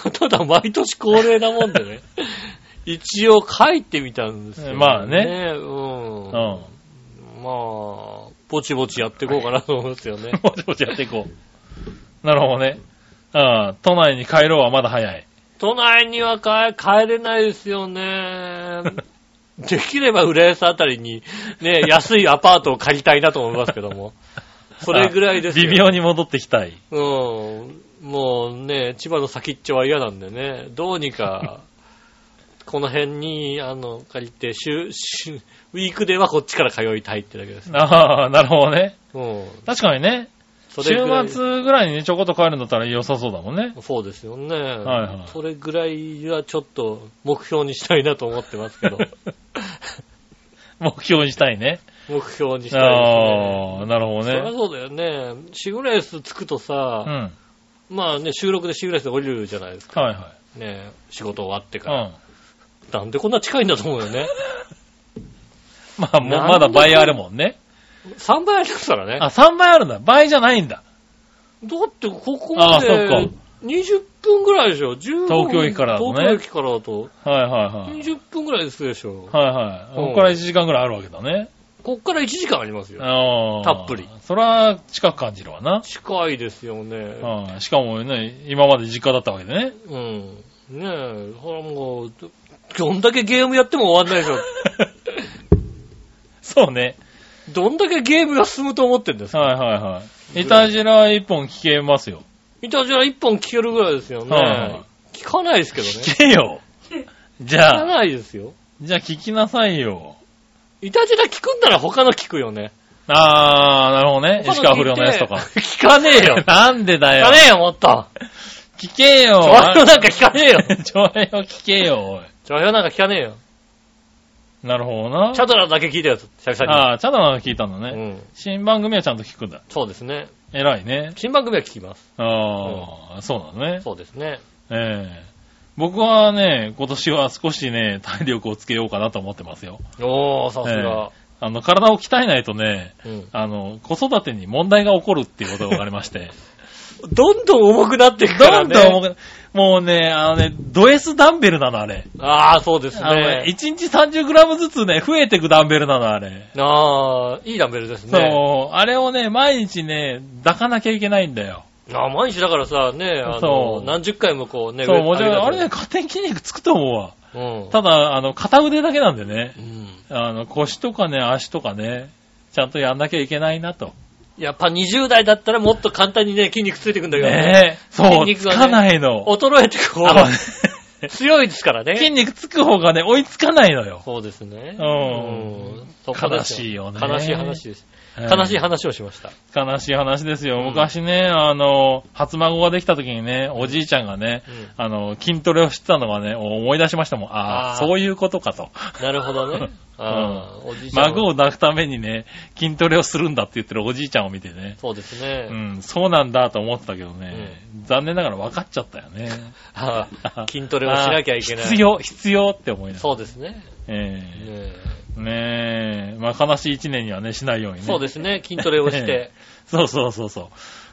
ただ、毎年恒例なもんでね。一応書いてみたんですよね。 まあね。 まあ、ぼちぼちやっていこうかなと思うんですよね。 ぼちぼちやっていこう。なるほどね。都内に帰ろうはまだ早い。 都内には帰れないですよね。できれば浦安あたりにね、安いアパートを借りたいなと思いますけども。それぐらいですよ。 微妙に戻ってきたい。 もうね、千葉の先っちょは嫌なんでね、どうにか、この辺に、借りて、ウィークデーはこっちから通いたいってだけです、ね。 なるほどね。確かにね。週末ぐらいにね、ちょこっと帰るんだったら良さそうだもんね。 そうですよね。それぐらいはちょっと目標にしたいなと思ってますけど。 目標にしたいね。 目標にしたいですね。 なるほどね。そりゃそうだよね。シグレース着くとさ、まあね、収録でシグレースで降りるじゃないですか。ね、仕事終わってから。なんでこんな近いんだと思うよね。 まだ倍あるもんね。 3倍ありますからね。 3倍あるんだ。倍じゃないんだ。 だってここまで20分ぐらいでしょ。 東京駅からだとね。 東京駅からだと。20分ぐらいですでしょ。 ここから1時間ぐらいあるわけだね。 こっから1時間ありますよ。たっぷり。 それは近く感じるわな。 近いですよね。 しかもね、今まで実家だったわけでね。 ねえ、ほらもう、どんだけゲームやっても終わんないでしょ。 そうね。 どんだけゲームが進むと思ってんですか。 イタジラ1本聞けますよ。 イタジラ1本聞けるぐらいですよね。聞かないですけどね。 聞けよ。じゃあ。 聞かないですよ。 じゃあ聞きなさいよ。 イタジラ聞くんなら他の聞くよね。 なるほどね。石川不良のやつとか。 聞かねえよ。 なんでだよ。 聞かねえよ、もっと。 聞けよ。 ちょいよなんか聞かねえよ。 ちょいよ聞けよ、おい。 ちょいよなんか聞かねえよ。 なるほどな。 チャドラだけ聞いたやつ、久々に。 チャドラだけ聞いたんだね。新番組はちゃんと聞くんだ。 そうですね。 偉いね。 新番組は聞きます。 そうだね。 そうですね。 僕はね、今年は少しね、体力をつけようかなと思ってますよ。 さすが。 体を鍛えないとね、子育てに問題が起こるっていうことがありまして。 どんどん重くなっていくからね。 どんどん重くもうね、ド S ダンベルなの、あれ。 そうですね。 1日 30g ずつね、増えていくダンベルなの、あれ。 いいダンベルですね。 そう、あれをね、毎日ね、抱かなきゃいけないんだよ。 毎日だからさ、ね、何十回もこうね、 もちろん、あれね、勝手に筋肉つくと思うわ。ただ、片腕だけなんでね、腰とかね、足とかね、ちゃんとやんなきゃいけないなと。 やっぱ20代だったらもっと簡単にね、筋肉ついてくんだけどね。そう、つかないの。 衰えてこう。強いですからね。 筋肉つく方がね、追いつかないのよ。 そうですね。 悲しいよね。 悲しい話です。悲しい話をしました。 悲しい話ですよ。昔ね、初孫ができた時にね、おじいちゃんがね、筋トレをしてたのがね、思い出しましたもん。そういうことかと。 なるほどね。 孫を抱くためにね、筋トレをするんだって言ってるおじいちゃんを見てね。 そうですね。 そうなんだと思ってたけどね、残念ながら分かっちゃったよね。 筋トレをしなきゃいけない。 必要って思いながら。 そうですね。 ねえ。 まあ悲しい1年にはね、しないようにね。 そうですね、筋トレをして。 そうそうそうそう。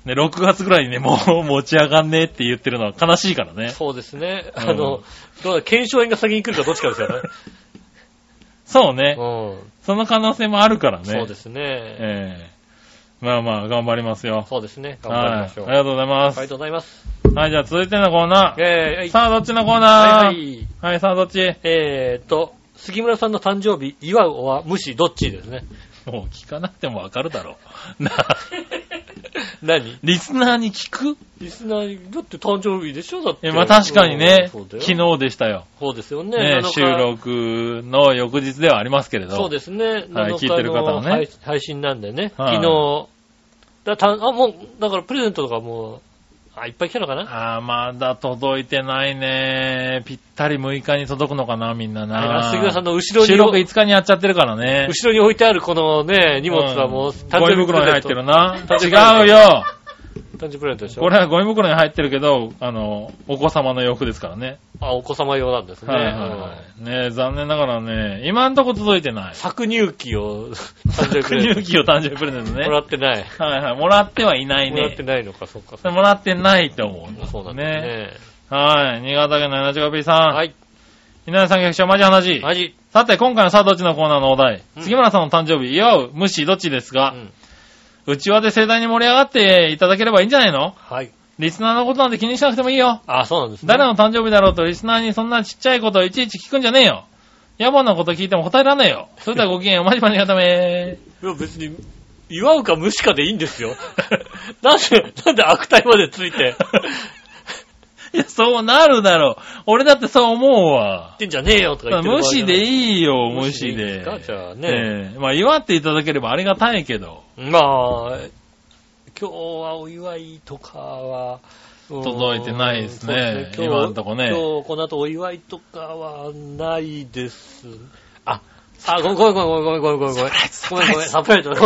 ね、6月ぐらいにね、もう持ち上がんねえって言ってるのは悲しいからね。 そうですね。どうだ、腱鞘炎が先に来るかどっちかですよね。 そうね。その可能性もあるからね。 そうですね。 まあまあ、頑張りますよ。 そうですね。頑張りましょう。 ありがとうございます。 ありがとうございます。 はい、じゃあ続いてのコーナー。さあ、どっちのコーナー？はい。はい、さあ、どっち？ 杉村さんの誕生日、祝うは無視、どっちですね。 もう聞かなくてもわかるだろう。 何？ リスナーに聞く？ リスナーに、だって誕生日でしょ？だって。 まあ確かにね、昨日でしたよ。 そうですよね。 収録の翌日ではありますけれど。 そうですね。 はい、聞いてる方はね。 配信なんでね。昨日、もう、だからプレゼントとかもう、いっぱい来たのかな？ まだ届いてないね。ぴったり6日に届くのかな、みんなな。 杉村さんの後ろに。 収録5日にやっちゃってるからね。 後ろに置いてあるこのね、荷物はもう、 ゴミ袋に入ってるな。違うよ。 誕生日プレゼントでしょ？ これはゴミ袋に入ってるけど、お子様の洋服ですからね。 お子様用なんですね。 はいはい。ね、残念ながらね、今んとこ届いてない。 搾乳機を誕生日プレゼント。 搾乳機を誕生日プレゼントね。 もらってない。 はいはい。もらってはいないね。 もらってないのか、そうか。 もらってないと思う。 そうなんですね。 はい。新潟県の75P さん。 はい。 稲田さん局長、マジ話。 マジ。 さて、今回のさあどっちのコーナーのお題。杉村さんの誕生日、祝う、無視、どっちですが、うちわで盛大に盛り上がっていただければいいんじゃないの？ はい。 リスナーのことなんて気にしなくてもいいよ。 そうなんですね。 誰の誕生日だろうとリスナーにそんなちっちゃいことをいちいち聞くんじゃねえよ。野暮なこと聞いても答えらんねえよ。それではごきげんよう、マジマジがため。 いや別に、祝うか無視かでいいんですよ。なんで悪態までついて。 いや、そうなるだろう。俺だってそう思うわ。 言ってんじゃねえよとか言ってる。 無視でいいよ、無視で。 いいですか？じゃあね。 まあ、祝っていただければありがたいけど。 まあ、今日はお祝いとかは、 届いてないですね。今のとこね。 今日この後お祝いとかはないです。ごめん。ごめん、サプライズだった。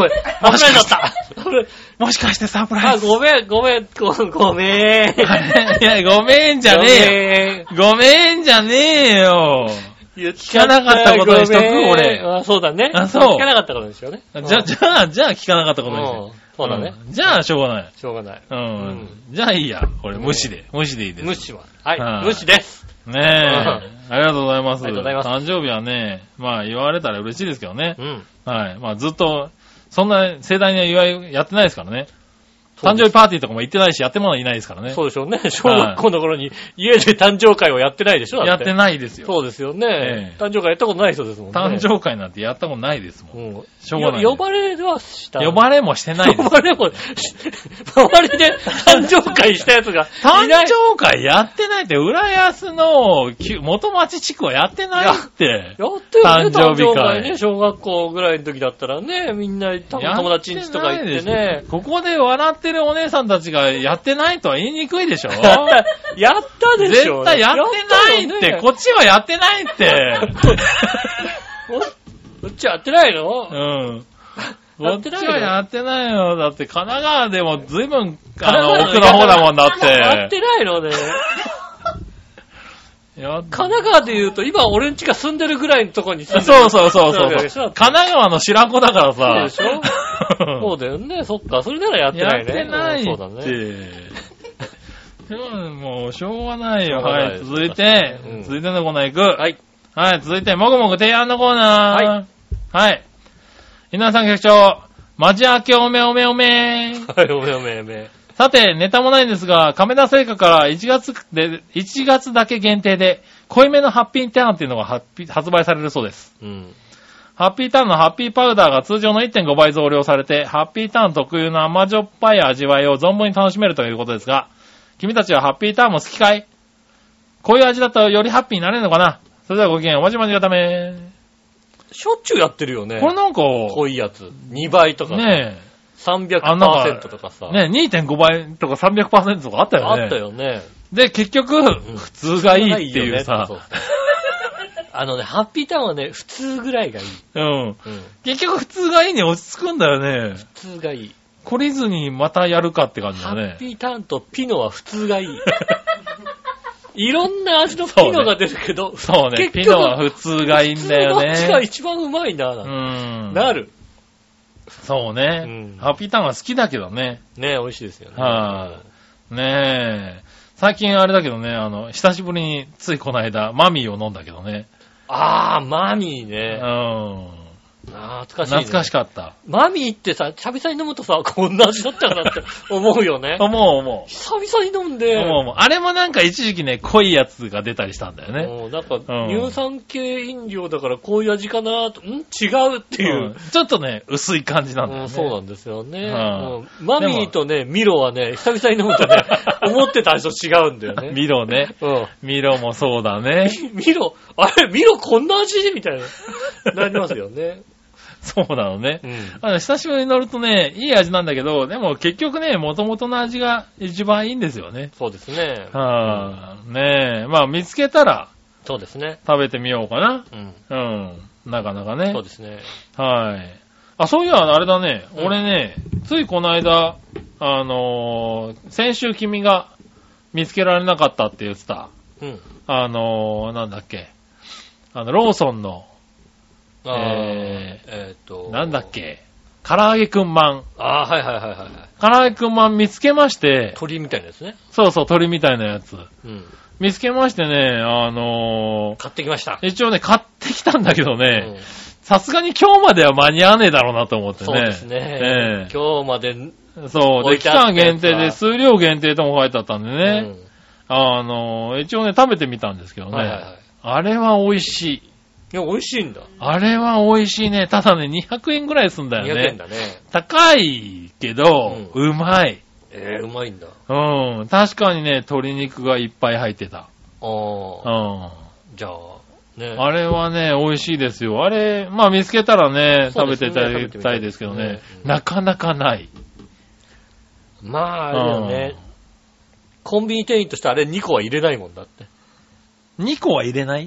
もしかしてサプライズ。 ごめん。いや、ごめんじゃねえよ。ごめんじゃねえよ。聞かなかったことにしとく、俺。 そうだね。 そう。 聞かなかったことにしようね。 じゃあ聞かなかったことにしよう。 そうだね。 じゃあ、しょうがない。 しょうがない。 じゃあいいや。これ、無視でいいです。 無視は。はい。無視です。 ねえ。ありがとうございます。 ありがとうございます。 誕生日はね、まあ言われたら嬉しいですけどね。はい。まあずっと、そんな盛大な祝いやってないですからね。誕生日パーティーとかも行ってないし、やってもいないですからね。 そうでしょうね。小学校の頃に家で誕生会をやってないでしょ？ やってないですよ。 そうですよね。誕生会やったことない人ですもんね。 誕生会なんてやったことないですもん。 しょうがない。呼ばれはした。 呼ばれもしてないです。 呼ばれも、周りで誕生会したやつが。 誕生会やってないって、浦安の元町地区はやってないって。 やってるね、 誕生日会ね。小学校ぐらいの時だったらね、みんな友達ん家とか行ってね。 ここで笑ってるお姉さんたちがやってないとは言いにくいでしょ？ やったでしょ？ 絶対やってないって、こっちはやってないって。 こっちはやってないの？ こっちはやってないよ。だって神奈川でも随分、奥の方だもんだって。 やってないのね。神奈川で言うと、今俺ん家が住んでるぐらいのとこに住んでる。 そう。神奈川の白子だからさ。 そうでしょ？そうだよね。そっか。それならやってないね。 やってないって。 そうだね。 もう、しょうがないよ。はい。続いてのコーナー行く。はい。続いて、もぐもぐ提案のコーナー。はい。稲田さん局長、マジ明けおめ。はい、おめ。さて、ネタもないんですが、亀田製菓から1月だけ限定で、濃いめのハッピーターンっていうのが発売されるそうです。ハッピーターンのハッピーパウダーが通常の 1.5 倍増量されて、ハッピーターン特有の甘じょっぱい味わいを存分に楽しめるということですが、君たちはハッピーターンも好きかい？こういう味だとよりハッピーになれるのかな？それではごきげんよう、おまじまじがため。 しょっちゅうやってるよね。 これなんか、 濃いやつ。2倍とか。ねえ。300% とかさ。 ねえ、2.5 倍とか 300% とかあったよね。 あったよね。 で、結局、普通がいいっていうさ。 ハッピーターンはね、普通ぐらいがいい。 結局普通がいいに落ち着くんだよね。 普通がいい。 懲りずにまたやるかって感じだね。 ハッピーターンとピノは普通がいい。 いろんな味のピノが出るけど、 そうね、ピノは普通がいいんだよね。 どっちが一番うまいな、なる。 そうね。ハッピーターンは好きだけどね。 ね、美味しいですよね。 はい。ねえ。最近あれだけどね、久しぶりについこの間、マミーを飲んだけどね。 あー、マミーね。懐かしいね。 懐かしかった。 マミーってさ、久々に飲むとさ、こんな味だったかなって思うよね。 思う。 久々に飲んで。 あれもなんか一時期ね、濃いやつが出たりしたんだよね。 なんか、乳酸系飲料だからこういう味かなと、違うっていう、 ちょっとね、薄い感じなんだよね。 そうなんですよね。マミーとね、ミロはね、久々に飲むとね、思ってた味と違うんだよね。 ミロね。ミロもそうだね。 ミロこんな味みたいな、なりますよね。 そうなのね。久しぶりに乗るとね、いい味なんだけど、でも結局ね、元々の味が一番いいんですよね。 そうですね。 ねえ、まあ見つけたら、 そうですね。 食べてみようかな。なかなかね。 そうですね。 はい。あ、そういや、あれだね。俺ね、ついこの間、先週君が見つけられなかったって言ってた。なんだっけ。ローソンの、なんだっけ。唐揚げくんまん。 はい。 唐揚げくんまん見つけまして。 鳥みたいなやつね。 そう、鳥みたいなやつ。見つけましてね、 買ってきました。 一応ね、買ってきたんだけどね、さすがに今日までは間に合わねえだろうなと思ってね。 そうですね。今日まで。 そう。で、期間限定で数量限定とも書いてあったんでね。一応ね、食べてみたんですけどね。あれは美味しい。 いや、美味しいんだ。 あれは美味しいね。ただね、200円ぐらいすんだよね。 200円だね。 高いけど、うまい。 うまいんだ。 確かにね、鶏肉がいっぱい入ってた。 じゃあ、ね。 あれはね、美味しいですよ。あれ、まあ見つけたらね、食べていただきたいですけどね。なかなかない。 まあ、あれだよね。コンビニ店員としてあれ2個は入れないもんだって。 2個は入れない？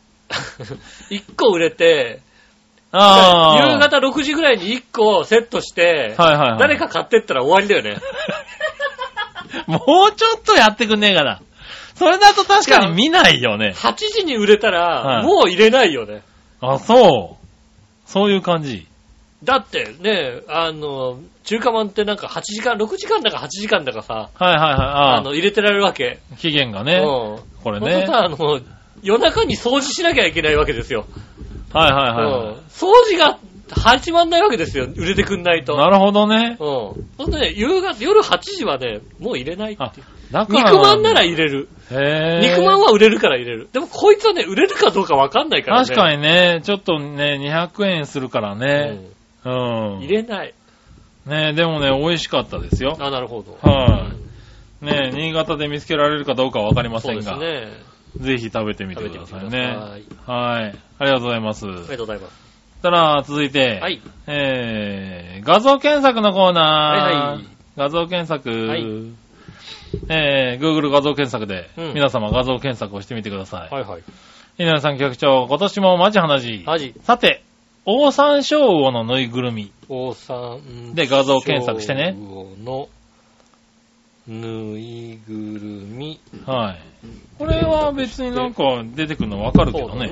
1個売れて、夕方6時ぐらいに1個セットして、誰か買ってったら終わりだよね。 もうちょっとやってくんねえかな。それだと確かに見ないよね。 8時に売れたら、もう入れないよね。 あ、そう。そういう感じ。 だってね、中華まんってなんか8時間、6時間だか8時間だかさ、入れてられるわけ。 期限がね。これね。 夜中に掃除しなきゃいけないわけですよ。掃除が始まんないわけですよ。売れてくんないと。 なるほどね。 ほんとね、夜8時はね、もう入れないっていう。肉まんなら入れる。肉まんは売れるから入れる。でもこいつはね、売れるかどうかわかんないからね。 確かにね、ちょっとね、200円するからね。 入れない。 ねでもね、美味しかったですよ。 なるほど。 ね新潟で見つけられるかどうかわかりませんが。 そうですね。 ぜひ食べてみてくださいね。はい。ありがとうございます。ありがとうございます。 たら、続いて、画像検索のコーナー。画像検索。Google 画像検索で、皆様画像検索をしてみてください。稲田さん局長、今年もマジ話。さて、オオサンショウウオのぬいぐるみ。で画像検索してね。 のぬいぐるみ。 これは別になんか出てくるのわかるけどね。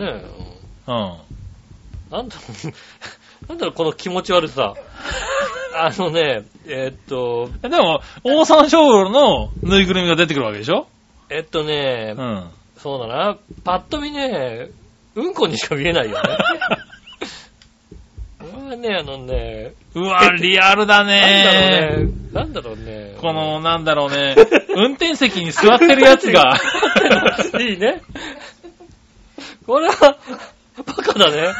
なんだろう、この気持ち悪さ。でも、オオサンショウウオのぬいぐるみが出てくるわけでしょ？ そうだな。パッと見ね、うんこにしか見えないよね。 うわ、リアルだね。 なんだろうね。 この、なんだろうね。運転席に座ってるやつが。 いいね。これは、バカだね。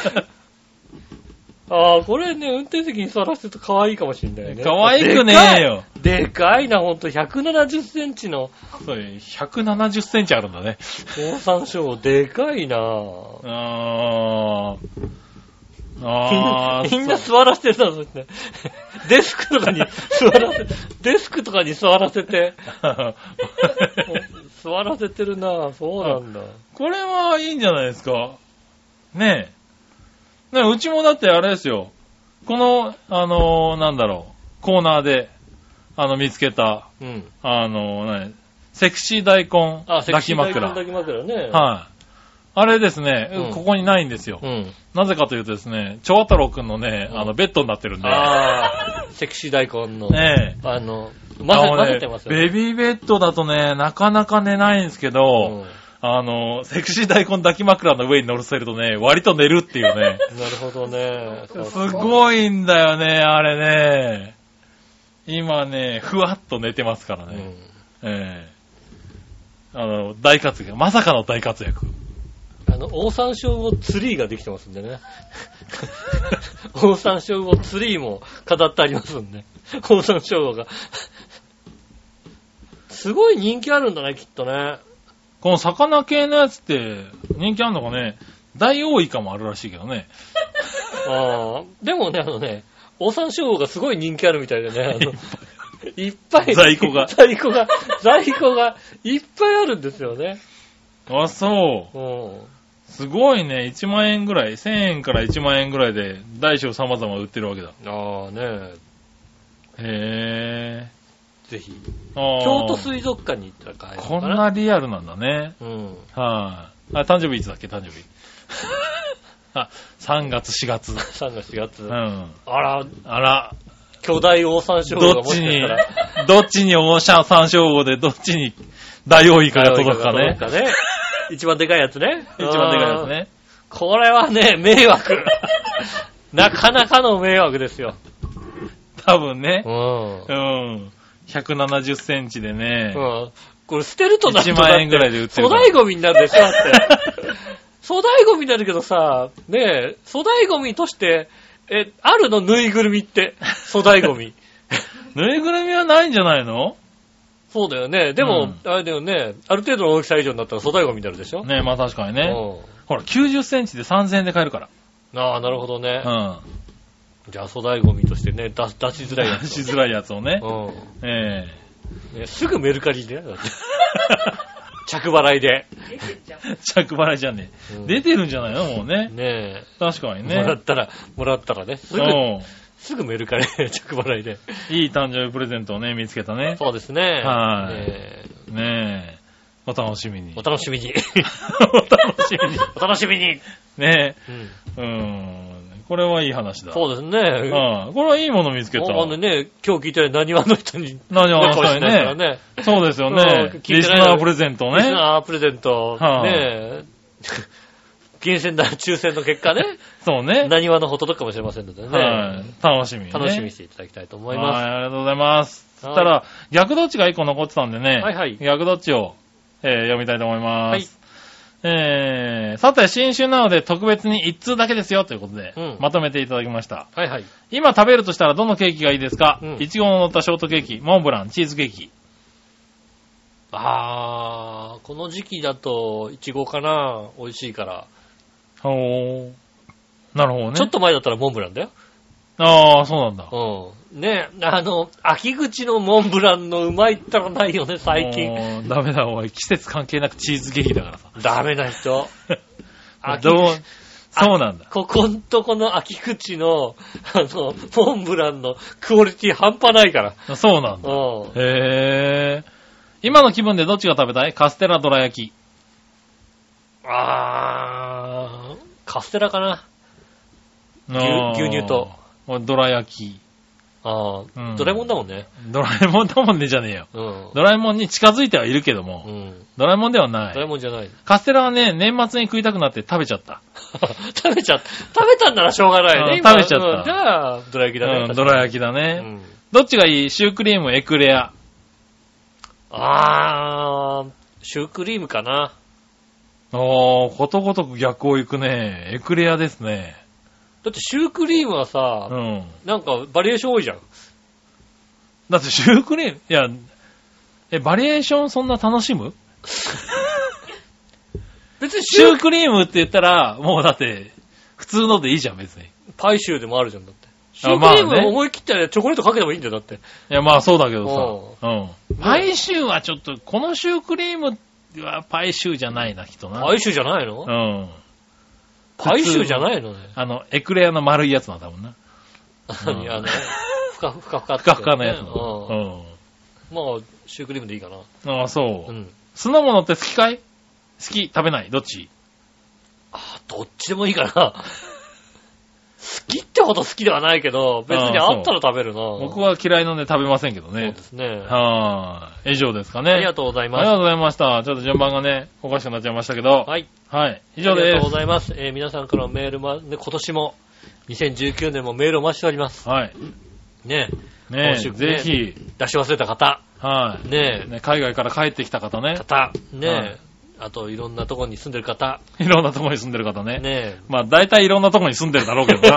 これね、運転席に座らせると可愛いかもしんないね。 可愛くねえよ。 でかいな、ほんと。170センチの。 そう、170センチあるんだね。 オオサンショウウオ、でかいなみんな座らせてるな、ね、デスクとかに座らせて。座らせてるな。そうなんだ。 これはいいんじゃないですか。ねえ。うちもだってあれですよ。この、なんだろう、コーナーで、見つけた、 セクシー大根抱き枕。 抱き枕ね。 はい。あれですね、ここにないんですよ。なぜかというとですね、チョワ太郎くんのね、ベッドになってるんで。 セクシー大根の。 ね混ぜてますよね。 ベビーベッドだとね、なかなか寝ないんですけど、セクシー大根抱き枕の上に乗せるとね、割と寝るっていうね。 なるほどね。 すごいんだよね、あれね。今ね、ふわっと寝てますからね。大活躍。まさかの大活躍。 オオサンショウウオツリーができてますんでね。オオサンショウウオツリーも飾ってありますんで。オオサンショウウオが。すごい人気あるんだね、きっとね。 この魚系のやつって人気あるのかね。ダイオウイカもあるらしいけどね。 でもね、オオサンショウウオがすごい人気あるみたいでね。いっぱい。 在庫がいっぱいあるんですよね。 あ、そう。すごいね。1万円ぐらい。1000円から1万円ぐらいで大小様々売ってるわけだ。 ねへぇ。ぜひ。京都水族館に行ったら買えるのかな。 こんなリアルなんだね。はい。誕生日いつだっけ、誕生日。3月、4月。 3月、4月。 あら。 巨大オオサンショウウオがもしかしたら。 どっちにオオサンショウウオで、どっちにダイオウイカが届くかね。 一番でかいやつね。 一番でかいやつね。 これはね、迷惑。なかなかの迷惑ですよ。 多分ね。170センチでね。 これ捨てるとなると 1万円ぐらいで売ってる。 粗大ゴミになるでしょだって。粗大ゴミになるけどさ、ねえ、粗大ゴミとして、あるのぬいぐるみって、粗大ゴミ。 ぬいぐるみはないんじゃないの？ そうだよね。でも、あれだよね、ある程度の大きさ以上になったら粗大ゴミになるでしょ？ ねえ、まあ確かにね。ほら、90センチで3000円で買えるから。 なるほどね。じゃあ粗大ゴミとしてね、出しづらいやつ。 出しづらいやつをね。 すぐメルカリでね。着払いで。 着払いじゃねえ。出てるんじゃないのもうね。 ねえ。 確かにね。 もらったらね。すぐメルカリで着払いで。 いい誕生日プレゼントをね、見つけたね。 そうですね。 はい。ねえ。お楽しみに。 お楽しみに。 お楽しみに。ねえ。これはいい話だ。 そうですね。 これはいいもの見つけた。 ね、今日聞いてる何話の人に。 何話の人にね。そうですよね。リスナープレゼントね。 リスナープレゼント。ね厳選だ、抽選の結果ね。 そうね。 何話のほとどくかもしれませんのでね。 楽しみにしていただきたいと思います。 ありがとうございます。そしたら、逆どっちが1個残ってたんでね。逆どっちを、読みたいと思います。さて、新春なので特別に1通だけですよということで、まとめていただきました。今食べるとしたらどのケーキがいいですか？いちごの乗ったショートケーキ、モンブラン、チーズケーキ。 この時期だと、いちごかな。美味しいから。 なるほどね。 ちょっと前だったらモンブランだよ。 そうなんだ。 ね秋口のモンブランのうまいったらないよね、最近。 ダメだ、おい。季節関係なくチーズケーキだからさ。 ダメな人。 そうなんだ。 ここんとこの秋口の、モンブランのクオリティ半端ないから。 そうなんだ。へぇー。今の気分でどっちが食べたい？カステラ、どら焼き。 カステラかな。牛乳と。 どら焼き。 ドラえもんだもんね。 ドラえもんだもんねじゃねえよ。ドラえもんに近づいてはいるけども、ドラえもんではない。 ドラえもんじゃない。 カステラはね、年末に食いたくなって食べちゃった。 食べたんならしょうがないね。 食べちゃった。 じゃあ、どら焼きだね。 どら焼きだね。どっちがいい？シュークリーム、エクレア。 シュークリームかな。 ことごとく逆を行くね。エクレアですね。 だってシュークリームはさ、なんかバリエーション多いじゃん。 だってシュークリーム、いや、バリエーションそんな楽しむ？別にシュークリームって言ったら、もうだって、普通のでいいじゃん、別に。 パイシューでもあるじゃん、だって。シュークリーム思い切ってチョコレートかけてもいいんだよ、だって。 いや、まあそうだけどさ。パイシューはちょっと、このシュークリームはパイシューじゃないな、きっとな。 パイシューじゃないの？パイシューじゃないのね。 エクレアの丸いやつなんだもんな。 ふかふかのやつの。 まあ、シュークリームでいいかな。 ああ、そう。うん。酢の物って好きかい？好き？食べない？どっち？ どっちでもいいかな。好きってほど好きではないけど、別にあったら食べるな。 僕は嫌いなんで食べませんけどね。 そうですね。 はい。以上ですかね。 ありがとうございます。 ありがとうございました。ちょっと順番がね、おかしくなっちゃいましたけど。 はい。 はい。以上です。 ありがとうございます。皆さんからのメール今年も、2019年もメールをお待ちしております。 はい。 ねえ。ねえ、ぜひ。 出し忘れた方。 はい。ねえ。海外から帰ってきた方ね。 ねえ。あと、いろんなところに住んでる方。 いろんなところに住んでる方ね。 ねえ。 まあ、大体いろんなところに住んでるだろうけどな。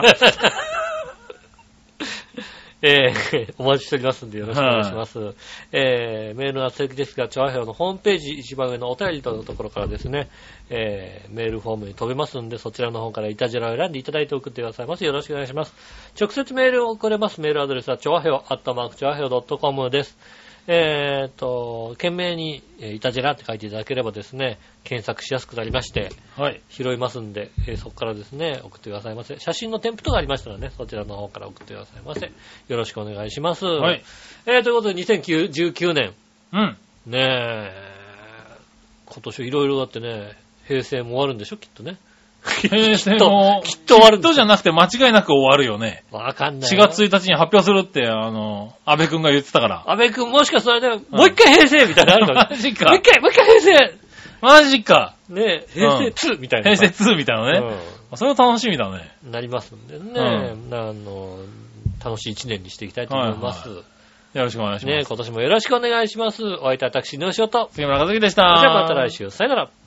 お待ちしておりますんでよろしくお願いします。メールの宛先ですが、チョアヘオのホームページ一番上のお便りのところからですね、メールフォームに飛べますんで、そちらの方からイタジェラを選んでいただいて送ってくださいます。よろしくお願いします。直接メールを送れます。メールアドレスは、チョアヘオ@choaheo.com です。懸命にイタジェラって書いていただければですね、検索しやすくなりまして、はい。拾いますんで、そこからですね、送ってくださいませ。写真の添付とかありましたらね、そちらの方から送ってくださいませ。よろしくお願いします。はい。ということで、2019年。うん。ねえ、今年いろいろだってね、平成も終わるんでしょ、きっとね。 平成もきっと終わるんだ。きっとじゃなくて間違いなく終わるよね。 わかんない。 4月1日に発表するって、安倍くんが言ってたから。 安倍くんもしかしたらね、もう一回平成みたいなのあるから。 マジか。 もう一回平成。 マジか。 ねえ、平成2みたいな。 平成2みたいなね。それは楽しみだね。 なりますんでね。楽しい1年にしていきたいと思います。よろしくお願いします。ね今年もよろしくお願いします。お会いいたい私、井上翔と。 杉村和樹でした。 じゃあまた来週。さよなら。